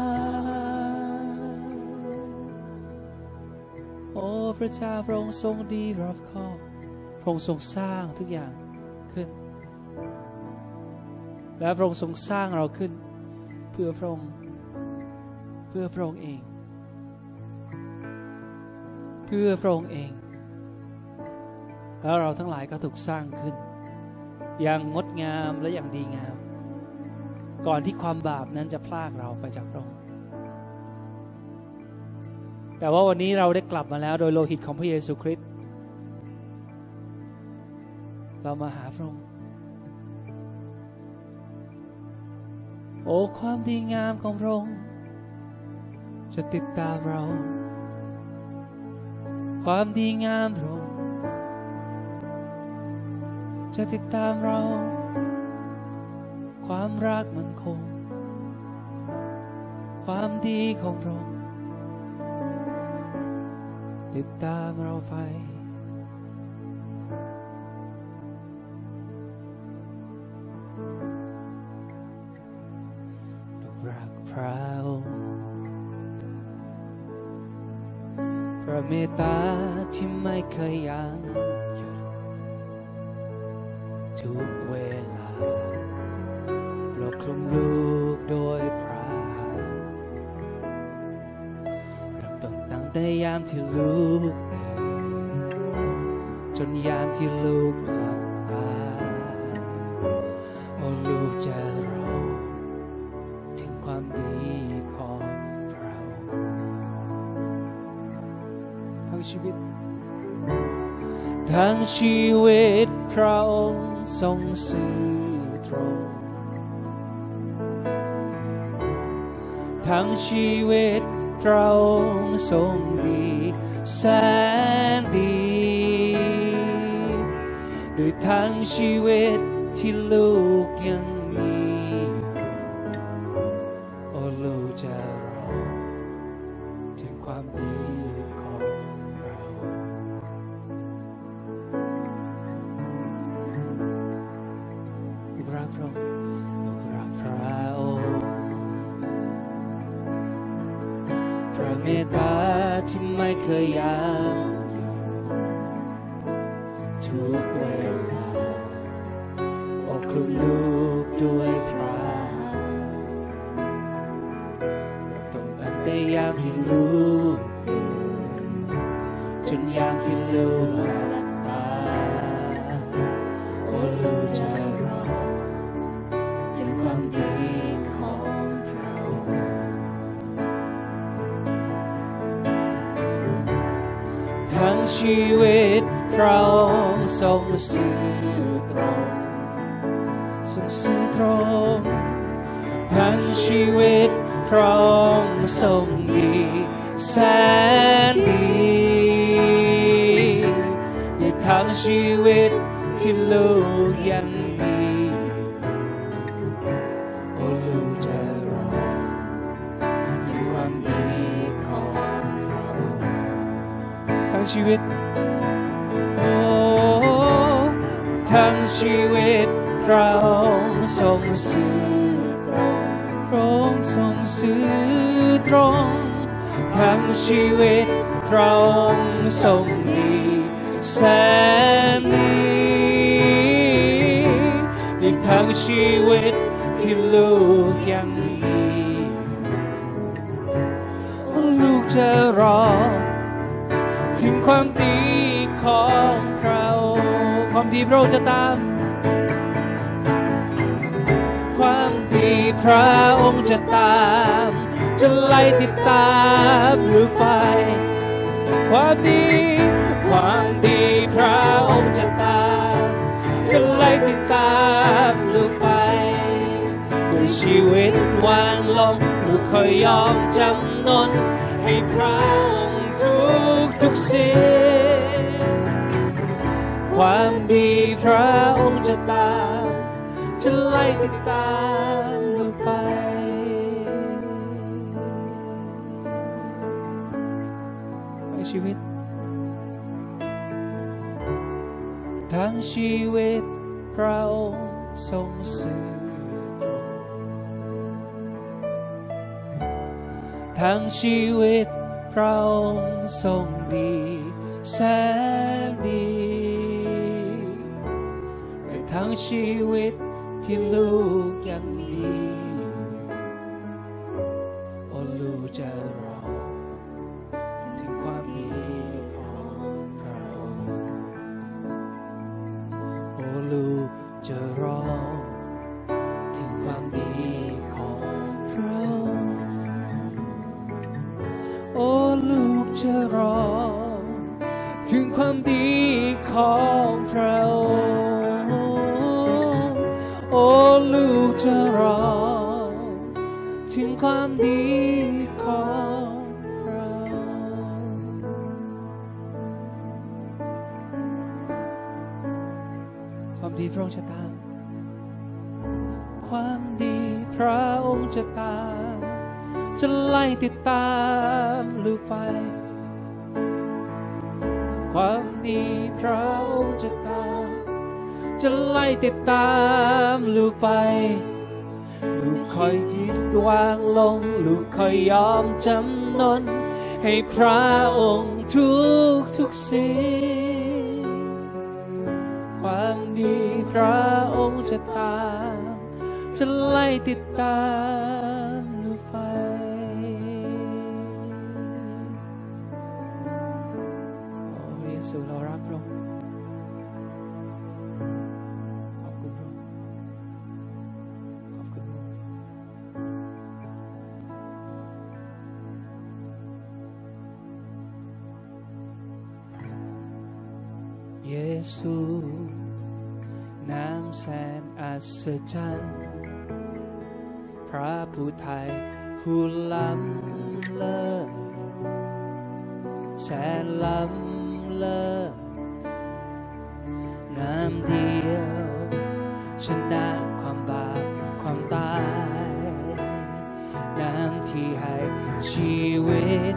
โอ้พระเจ้าพระองค์ทรงดีรอบคอบพระองค์ทรงสร้างทุกอย่างขึ้นและพระองค์ทรงสร้างเราขึ้นเพื่อพระองค์เพื่อพระองค์เองเพื่อพระองค์เองแล้วเราทั้งหลายก็ถูกสร้างขึ้นอย่างงดงามและอย่างดีงามก่อนที่ความบาปนั้นจะพรากเราไปจากพระองค์แต่ว่าวันนี้เราได้กลับมาแล้วโดยโลหิตของพระเยซูคริสต์เรามาหาพระองค์โอ้ความดีงามของพระองค์จะติดตามเราความดีงามพระองค์จะติดตามเราความรักมั่นคงความดีของพระองค์ติดตามเราไปลูกรักพระองค์พระเมตตาที่ไม่เคยยั้งหยุดทุกเวลาปกคลุมลูกโดยพระหัตถ์รับตั้งแต่ยามที่ลูกจนยามที่ลูกหลับตาโอ้ลูกจะรอถึงความดีของเราทั้งชีวิตพระองค์ทรงซื่อตรงทั้งชีวิตพระองค์ทรงดีแสนดีด้วยทั้งชีวิตที่ลูกยังมีโอ้ลูกจะรอถึงความดีของเราลูกรักพระองค์ลูกรักพระองค์พระเมตตาที่ไม่เคยยั้งทุกเวลาโอ้คลุมลูกด้วยพระแต่ยามที่รู้จนยามที่รู้หลับตาโอ้ลูกจะรอถึงความดีของเราทั้งชีวิตเราทรงซื่อตรงทรงซื่อตรงทั้งชีวิตพระองค์ทรงดีแสนดีในทั้งชีวิตที่ลูกยังมีโอ้ลูกจะรอถึงความดีของเราทั้งชีวิตโอ้ทั้งชีวิตพระองค์ทรงซื่อตรงพระองค์ทรงซื่อตรงทั้งชีวิตพระองค์ทรงดีแสนดีในทั้งชีวิตที่ลูกยังมีลูกจะรอถึงความดีของเราความดีพระองค์จะตามความดีพระองค์จะตามจะไล่ติดตามลูกไปความดีพระองค์จะตามจะไล่ติดตามลูกไปด้วยชีวิตวางลงลูกคอยยอมจำนนให้พระองค์ทุกสิ่งความดีพระองค์จะตามจะไล่ติดตามลูกไปทั้งชีวิตทั้งชีวิตพระองค์ทรงซื่อตรงทั้งชีวิตพระองค์ทรงดีแสนดีแต่ทั้งชีวิตที่ลูกยังมีโอ้ลูกจะรอถึงความดีของพระองค์โอ้ลูกจะรอถึงความดีของพระองค์โอ้ลูกจะรอถึงความดีของพระองค์โอ้ลูกจะรอถึงความดีของเราความดีพระองค์จะตามความดีพระองค์จะตามจะไล่ติดตามลูกไปความดีพระองค์จะตามจะไล่ติดตามลูกไปลูกคอยยึดวางลงลูกคอยยอมจำนนให้พระองค์ทุกสิ่งความดีพระองค์จะตามจะไล่ติดตามลูกไปโอ้พระเยซูเรารักพระองค์เยซูน้ำแสนอัศจรรย์พระผู้ไทยผู้ล้ำเลิศแสนล้ำเลิศน้ำเดียวชนะความบาปความตายน้ำที่ให้ชีวิต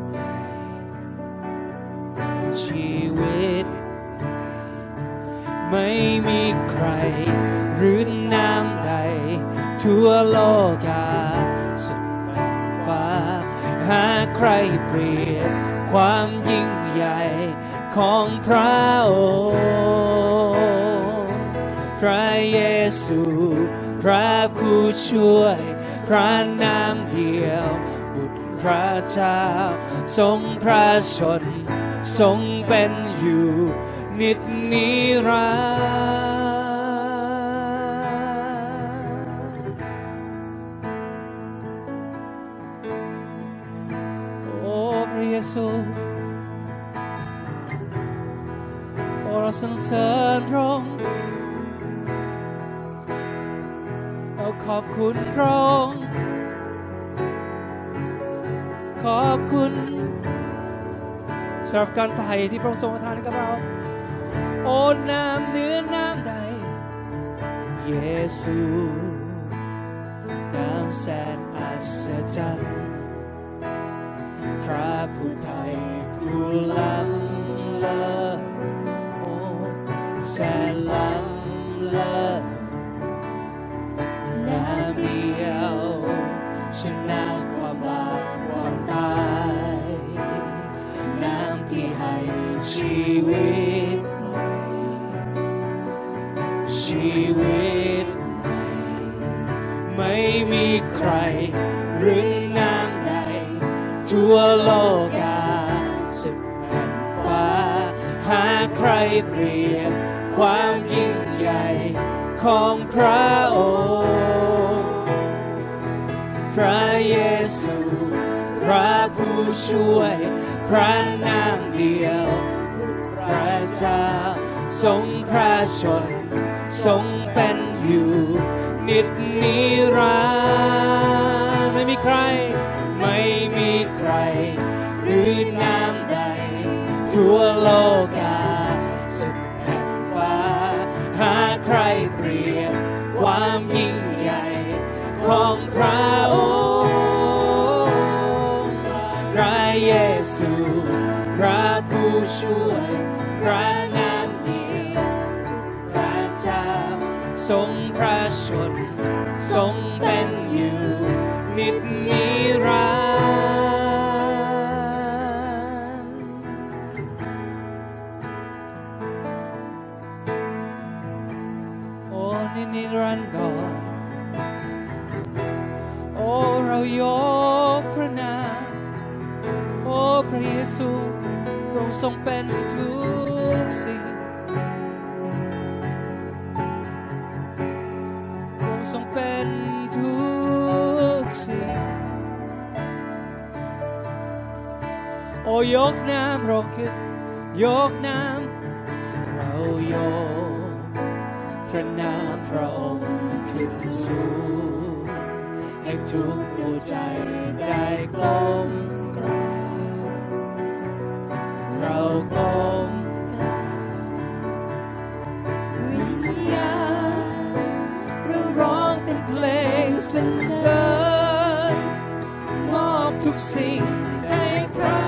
ไม่มีใครหรือน้ำใดทั่วโลกาสุดฟ้าหาใครเปรียบความยิ่งใหญ่ของพระองค์พระเยซูพระผู้ช่วยพระนามเดียวบุตรพระเจ้าทรงพระชนทรงเป็นอยู่นิจนิรันดร์โอ้พระเยซูโอ้เราสรรเสริญพระองค์เราขอบคุณพระองค์ขอบคุณสำหรับการไถ่ที่พระองค์ทรงประทานให้กับเราโอ้น้ำเหนือน้ำใดเยซูน้ำแสนอัศจรรย์พระผู้ไถ่ผู้ล้ำเลิศโอ้แสนล้ำเลิศน้ำเดียวชนะความบาปความตายน้ำที่ให้ชีวิตชีวิตไม่มีใครหรือน้ำใดทั่วโลกาสุดแผ่นฟ้าหาใครเปรียบความยิ่งใหญ่ของพระองค์พระเยซูพระผู้ช่วยพระนามเดียวพระเจ้าทรงพระชนทรงเป็นอยู่นิจนิรันดร์ไม่มีใครหรือน้ำใดทั่วโลกาสุดแผ่นฟ้าหาใครเปรียบความยิ่งใหญ่ของพระองค์พระเยซูพระผู้ช่วยพระนามเดียวพระเจ้าทรงพระชนทรงเป็นอยู่นิจนิรันดร์โอ้นิจนิรันดร์โอ้เรายกพระนามโอ้พระเยซูพระองค์ทรงเป็นทุกสิ่งพระองค์ทรงเป็นทุกสิ่งโอ้ยกน้ำเราขึ้นยกน้ำเรายกพระนามพระองค์ขึ้นสูงให้ทุกหัวใจได้ก้มกราบเราก้มวิญญาณเราร้องเป็นเพลงสรรเสริญมอบทุกสิ่งให้พระ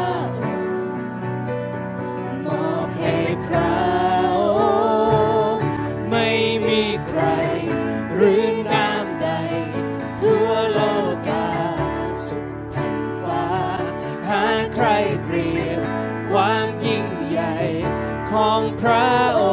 มอบให้พระองค์ไม่มีใครหรือน้ำใดทั่วโลกาสุดแผ่นฟ้าหาใครเปรียบความยิ่งใหญ่ของพระ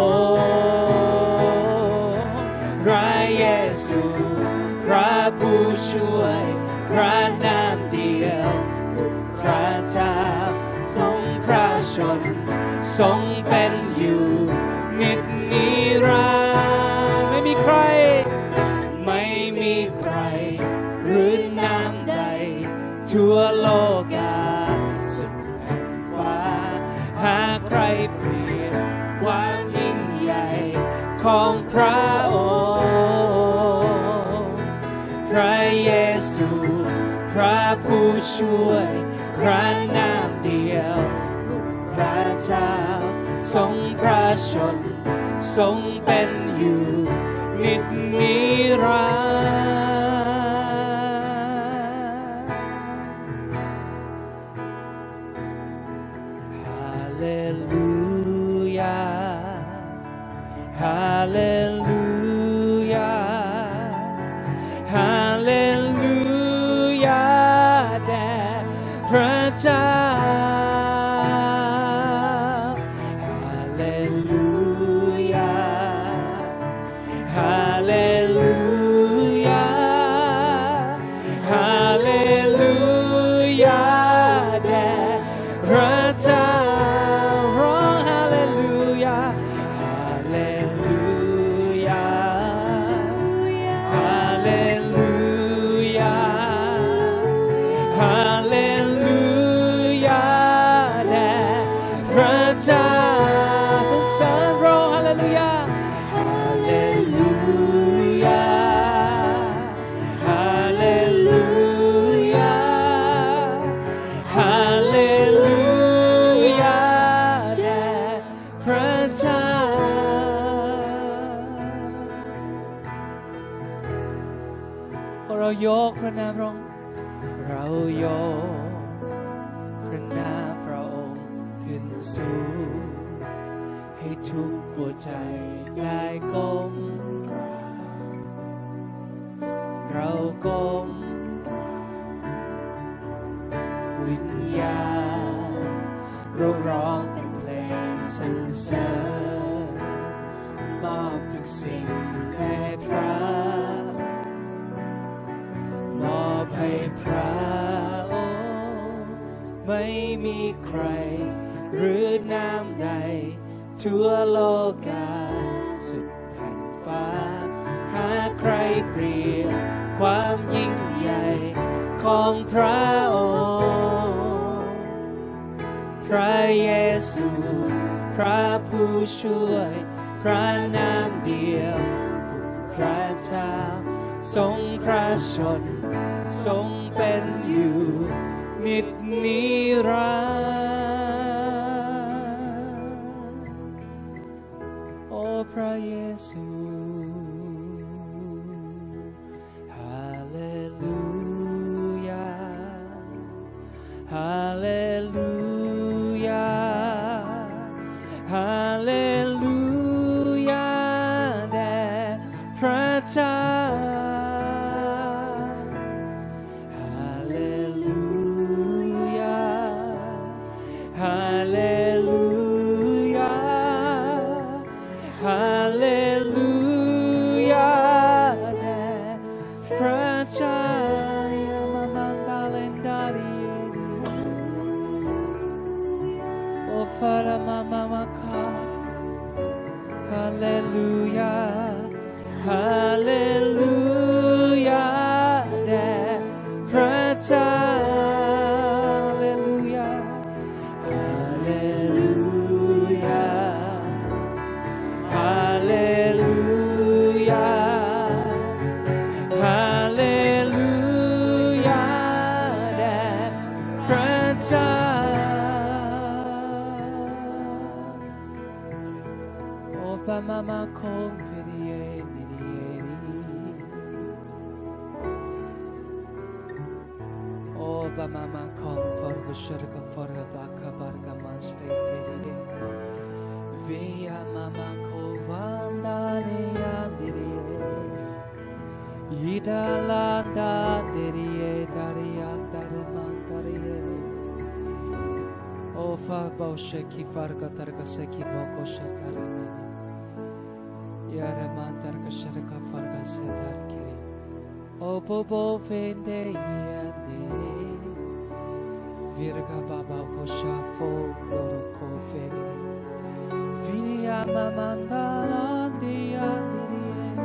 องค์พระเยซูพระผู้ช่วยพระนามเดียวพระเจ้าทรงพระชนทรงเป็นอยู่นิจนิรันดร์ไม่มีใครหรือน้ำใดทั่วโลกาสุดแผ่นฟ้าหาใครเปรียบความยิ่งใหญ่ของพระองค์พระเยซูพระผู้ช่วยพระนามเดียวพระเจ้าทรงพระชนทรงเป็นอยู่นิจนิรันดร์ฮาเลลูยาฮาเลลูยาแด่พระเจ้าฮาเลลูยาฮาเลลูยาน้าพระองค์เรายกพระนามพระองค์ขึ้นสูงให้ทุกหัวใจได้ก้มกราบเราก้มวิญญาณเราร้องแต่เพลงสรรเสริญมอบทุกสิ่งแด่พระมอบให้พระองค์ไม่มีใครหรือน้ำใดทั่วโลกาสุดแผ่นฟ้าหาใครเปรียบความยิ่งใหญ่ของพระองค์พระเยซูพระผู้ช่วยพระนามเดียวพระเจ้าทรงพระชนทรงเป็นอยู่นิจนิรันดร์โอ้พระเยซูฮาเลลูยาฮาเลลูยาฮาเลลูยาแด่พระเจ้าHallelujah, Hallelujah, แด่พระเจ้า Hallelujah, Hallelujah, Hallelujah, Hallelujah, แด่พระเจ้าMama kom vidieni O ba mama kom forga shirka forga baka barga masre deri Via mama ko vandane yandiri Ida landa deri daria darmandari O fa boshe ki farga targa se ki boko shatari Yara mantar kasharka farga setar kiri O bobo vende yande Virga baba ko shafo loro ko feri Vini ama mandalandi yandiri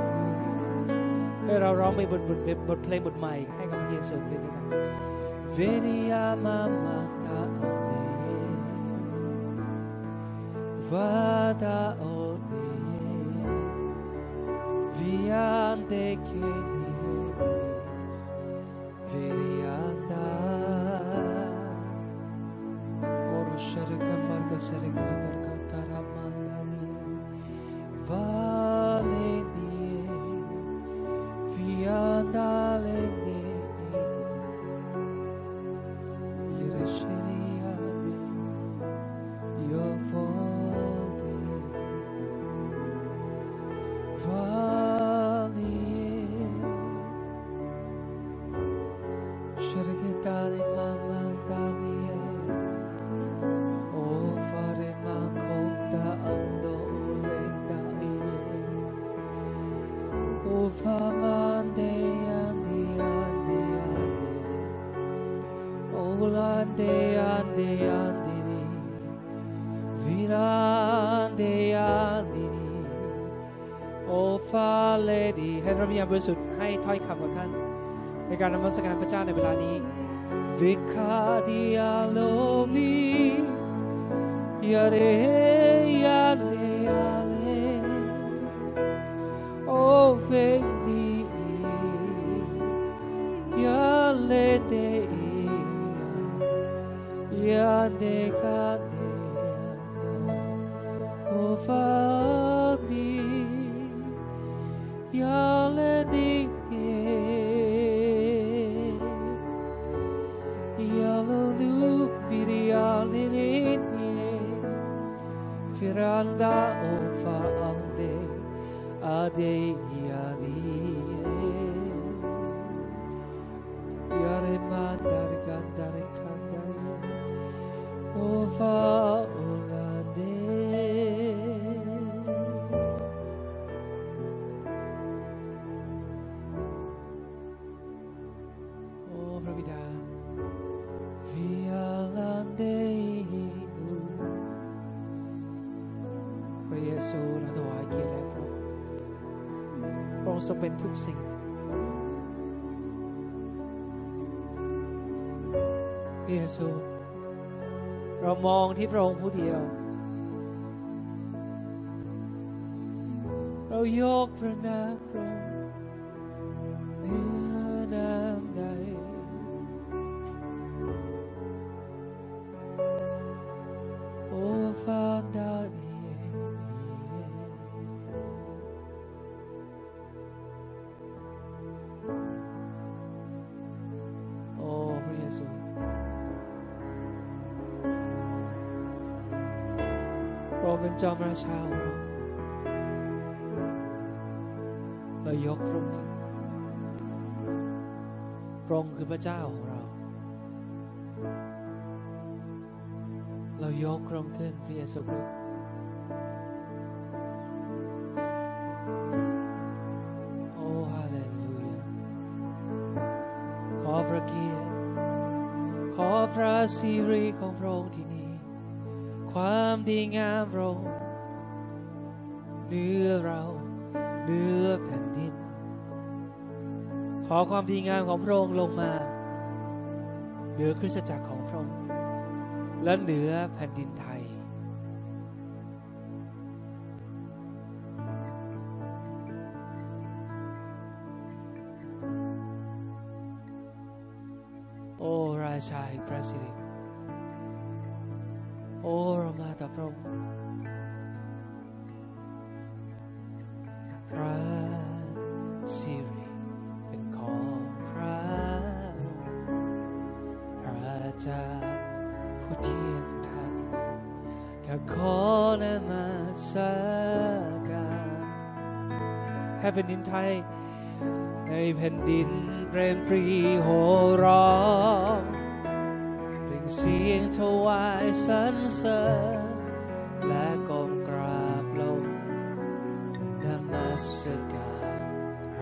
เราร้องไม่บทเพลงบทใหม่ให้กับพระเยซูเลยนะครับ Vini ama mandalandi Vada odi Viande che Verianda Oro sharika farga sarika darga taramandani Valeni Vianda leni Yeresheriani Your fault Dali mama dali O fare ma conta ando lenta O famande andi andi andi O lande andi andi virande andi O fale di ให้พระวิญญาณบริสุทธิ์ให้ถ้อยคำของท่านในการนมัสการพระเจ้าในเวลานี้ Vicaria lovi Yare yare yare Oh veni Yale de Yane kane Oh fami Yale de kanda ofa ande ade yari yare mandar gandar kandar ofa olade o Pravida vialandeพระเยซูเราถวายเกียรติแด่พระองค์พระองค์ทรงเป็นทุกสิ่งพระเยซูเรามองที่พระองค์ผู้เดียวเรายกพระนามพระองค์เหนือนามใดโอ้ฟังได้พระองค์เป็นจอมราชาของเรายกพระองค์ขึ้นพระองค์คือพระเจ้าของเรายกพระองค์ขึ้นพระเยซูคริสต์โอ้ฮาเลลูยาขอพระเกียรติขอพระสิริของพระองค์ที่นี่ความดีงามพระองค์เหนือเราเหนือแผ่นดินขอความดีงามของพระองค์ลงมาเหนือคริสตจักรของพระองค์และเหนือแผ่นดินไทยโอ้ราชาแห่งพระสิริโอ้เรามาต่อพระองค์พระสิริเป็นของพระเจ้าผู้เที่ยงธรรมข้าขอนมัสการให้แผ่นดินไทยให้แผ่นดินเปรมปรีโห่ร้องเสียงถวายสรรเสริญและก้มกราบลงนมัสการพ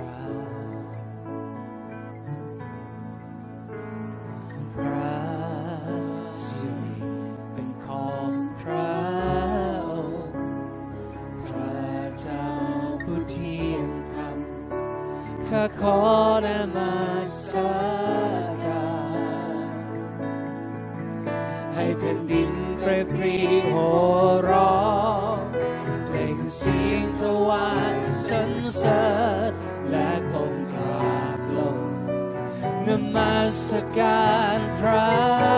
ระสิริเป็นของพระองค์พระเจ้าผู้เที่ยงธรรมข้าขอนมัสการให้แผ่นดินเปรมปรีโห่ร้องเปล่งเสียงถวายสรรเสริญและก้มกราบลงนมัสการพระ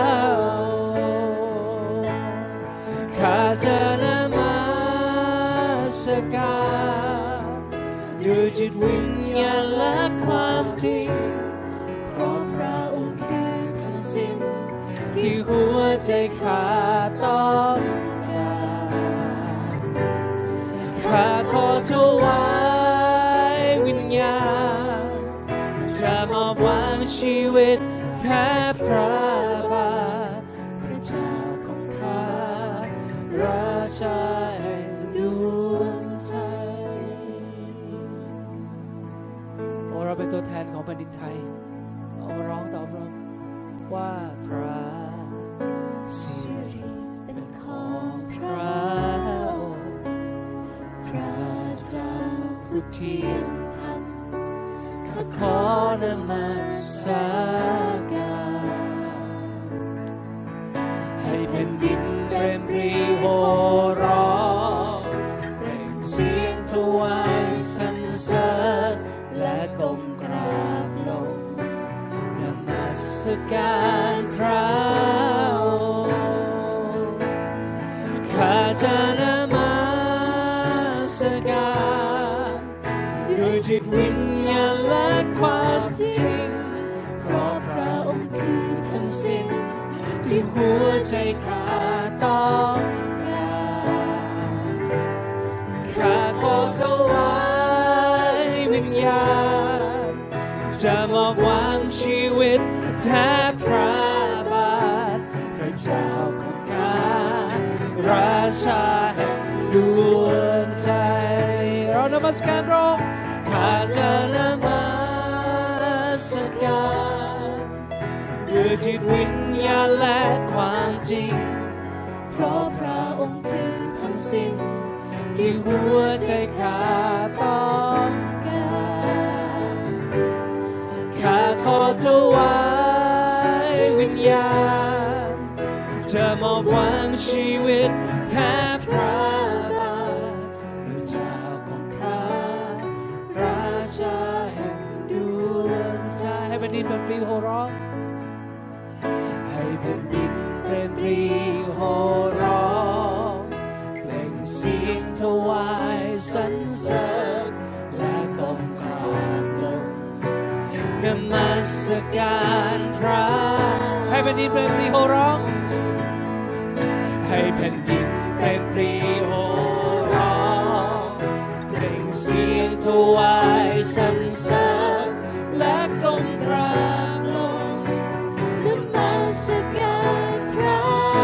องค์ข้าจะนมัสการด้วยจิตวิญญาณและความจริงเพราะพระองค์คือทั้งสิ้นที่หัวใจข้าต้องการข้าขอถวายวิญญาณจะมอบวางชีวิตแทบพระบาทพระเจ้าของข้าราชาแห่งดวงใจโอ้เราเป็นตัวแทนของแผ่นดินไทยเอาร้องต่อพระองค์ว่าพระสิริเป็นของพระองค์พระเจ้าผู้เที่ยงธรรมข้าขอนมัสการให้แผ่นดินเปรมปรีโห่ร้องเปล่งเสียงถวายสรรเสริญและก้มกราบลงนมัสการพระองค์ข้าจะนมัสการด้วยจิตวิญญาณและความจริงเพราะพระองค์คือทั้งสิ้นที่หัวใจข้าต้องการชีวิตแทบพระบาทพระเจ้าของข้าราชาแห่งดวงใจเรานมัสการพระองค์ข้าจะนมัสการด้วยจิตวิญญาณและความจริงเพราะพระองค์คือทั้งสิ้นที่หัวใจข้าต้องการข้าขอถวายวิญญาณจะมอบวางชีวิตแทบพระบาทพระเจ้าของข้าราชาแห่งดวงใจให้แผ่นดินเป็นปรีโห่ร้องให้แผ่นดินเป็นปรีโห่ร้องเปล่งเสียงถวายสรรเสริญและก้มกราบลงนมัสการพระให้แผ่นดินเป็นปรีโห่ร้องให้แผ่นดินเป็นปรีโห่ร้องเปล่งเสียงถวายสรรเสริญและก้มกราบลงนมัสการพระ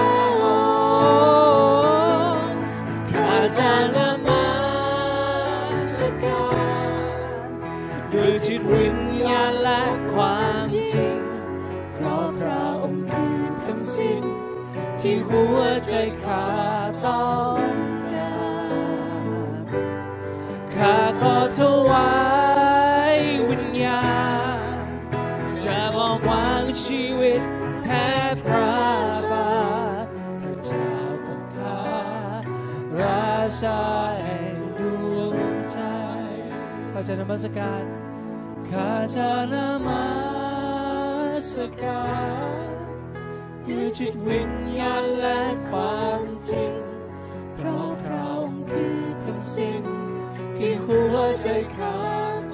องค์ข้าจะนมัสการด้วยจิตวิญญาณและความจริงเพราะพระองค์คือทั้งสิ้นที่หัวใจข้าต้องการข้าขอถวายวิญญาณจะมอบวางชีวิตแทบพระบาทพระเจ้าของข้าราชาแห่งดวงใจข้าจะนมัสการข้าจะนมัสการด้วยจิตวิญญาณและความจริงเพราะพระองค์คือทั้งสิ้นที่หัวใจข้า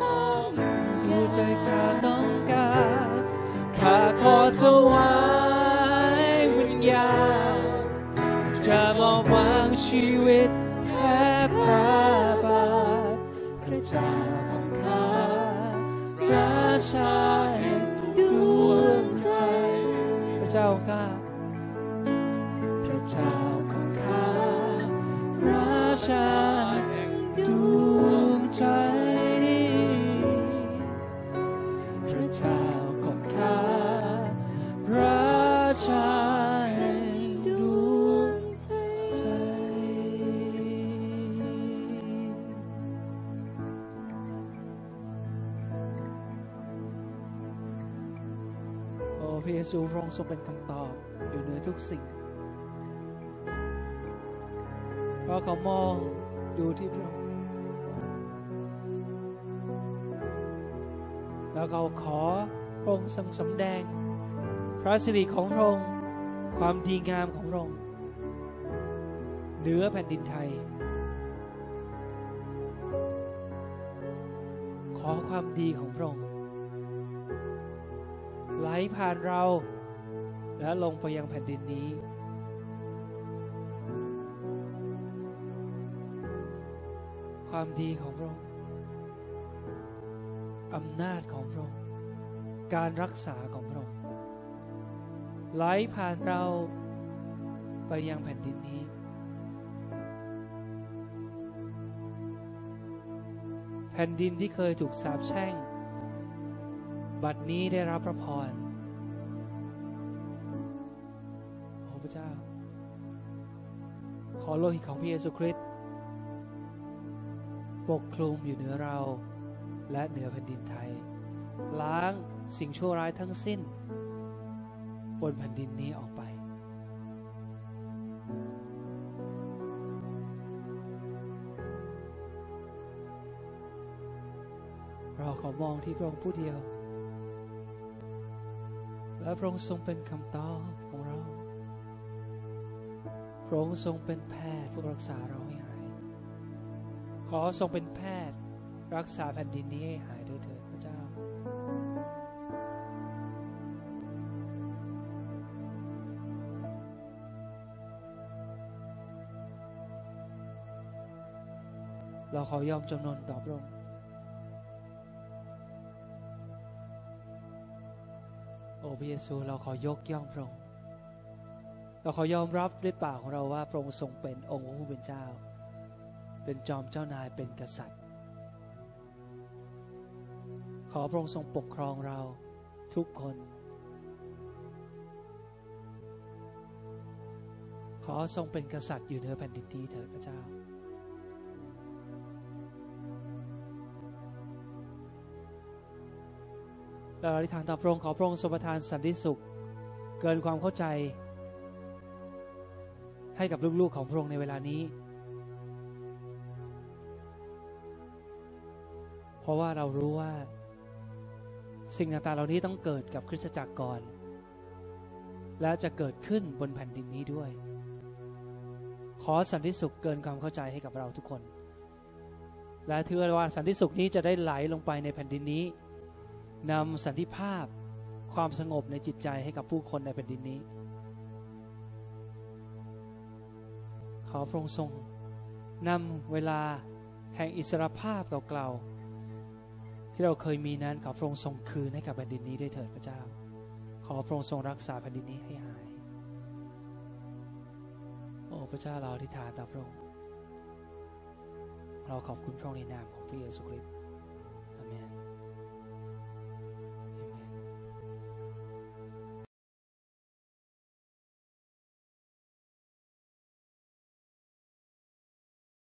ต้องการข้าขอถวายวิญญาณจะมอบวางชีวิตแทบพระบาทพระเจ้าของข้าราชาแห่งดวงใจพระเจ้าของข้าพระเจ้าของข้าราชาแห่งดวงใจพระเจ้าของข้าราชาแห่งดวงใจโอ้พระเยซูพระองค์ทรงเป็นคำตอบอยู่เหนือทุกสิ่งเพราะเขามองดูที่พระองค์แล้วเขาขอพระองค์ทรงสำแดงพระสิริของพระองค์ความดีงามของพระองค์เหนือแผ่นดินไทยขอความดีของพระองค์ไหลผ่านเราและลงไปยังแผ่นดินนี้ความดีของพระองค์อำนาจของพระองค์การรักษาของพระองค์ไหลผ่านเราไปยังแผ่นดินนี้แผ่นดินที่เคยถูกสาปแช่งบัดนี้ได้รับพระพรโอ้พระเจ้าขอโลหิตของพระเยซูคริสต์ปกคลุมอยู่เหนือเราและเหนือแผ่นดินไทยล้างสิ่งชั่วร้ายทั้งสิ้นบนแผ่นดินนี้ออกไปเราขอมองที่พระองค์ผู้เดียวและพระองค์ทรงเป็นคำตอบของเราพระองค์ทรงเป็นแพทย์ผู้รักษาเราให้หายขอทรงเป็นแพทย์รักษาแผ่นดินนี้ให้หายด้วยเถิดพระเจ้าเราขอยอมจำนนต่อพระองค์โอ้พระเยซูเราขอยกย่องพระองค์เราขอยอมรับด้วยปากของเราว่าพระองค์ทรงเป็นองค์พระผู้เป็นเจ้าเป็นจอมเจ้านายเป็นกษัตริย์ขอพระองค์ทรงปกครองเราทุกคนขอทรงเป็นกษัตริย์อยู่เหนือแผ่นดินนี้เถิดพระเจ้าเราอธิษฐานต่อพระองค์ขอพระองค์ทรงประทานสันติสุขเกินความเข้าใจให้กับลูกๆของพระองค์ในเวลานี้เพราะว่าเรารู้ว่าสิ่งต่างๆเหล่านี้ต้องเกิดกับคริสตจักรก่อนและจะเกิดขึ้นบนแผ่นดินนี้ด้วยขอสันติสุขเกินความเข้าใจให้กับเราทุกคนและถือว่าสันติสุขนี้จะได้ไหลลงไปในแผ่นดินนี้นำสันติภาพความสงบในจิตใจให้กับผู้คนในแผ่นดินนี้ขอพระองค์ทรงนำเวลาแห่งอิสรภาพเก่าๆที่เราเคยมีนั้นขอพระองค์ทรงคืนให้กับแผ่นดินนี้ด้วยเถิดพระเจ้าขอพระองค์ทรงรักษาแผ่นดินนี้ให้หายโอ้พระเจ้าเราอธิษฐานต่อพระองค์เราขอบคุณพระองค์ในนามของพระเยซูคริสต์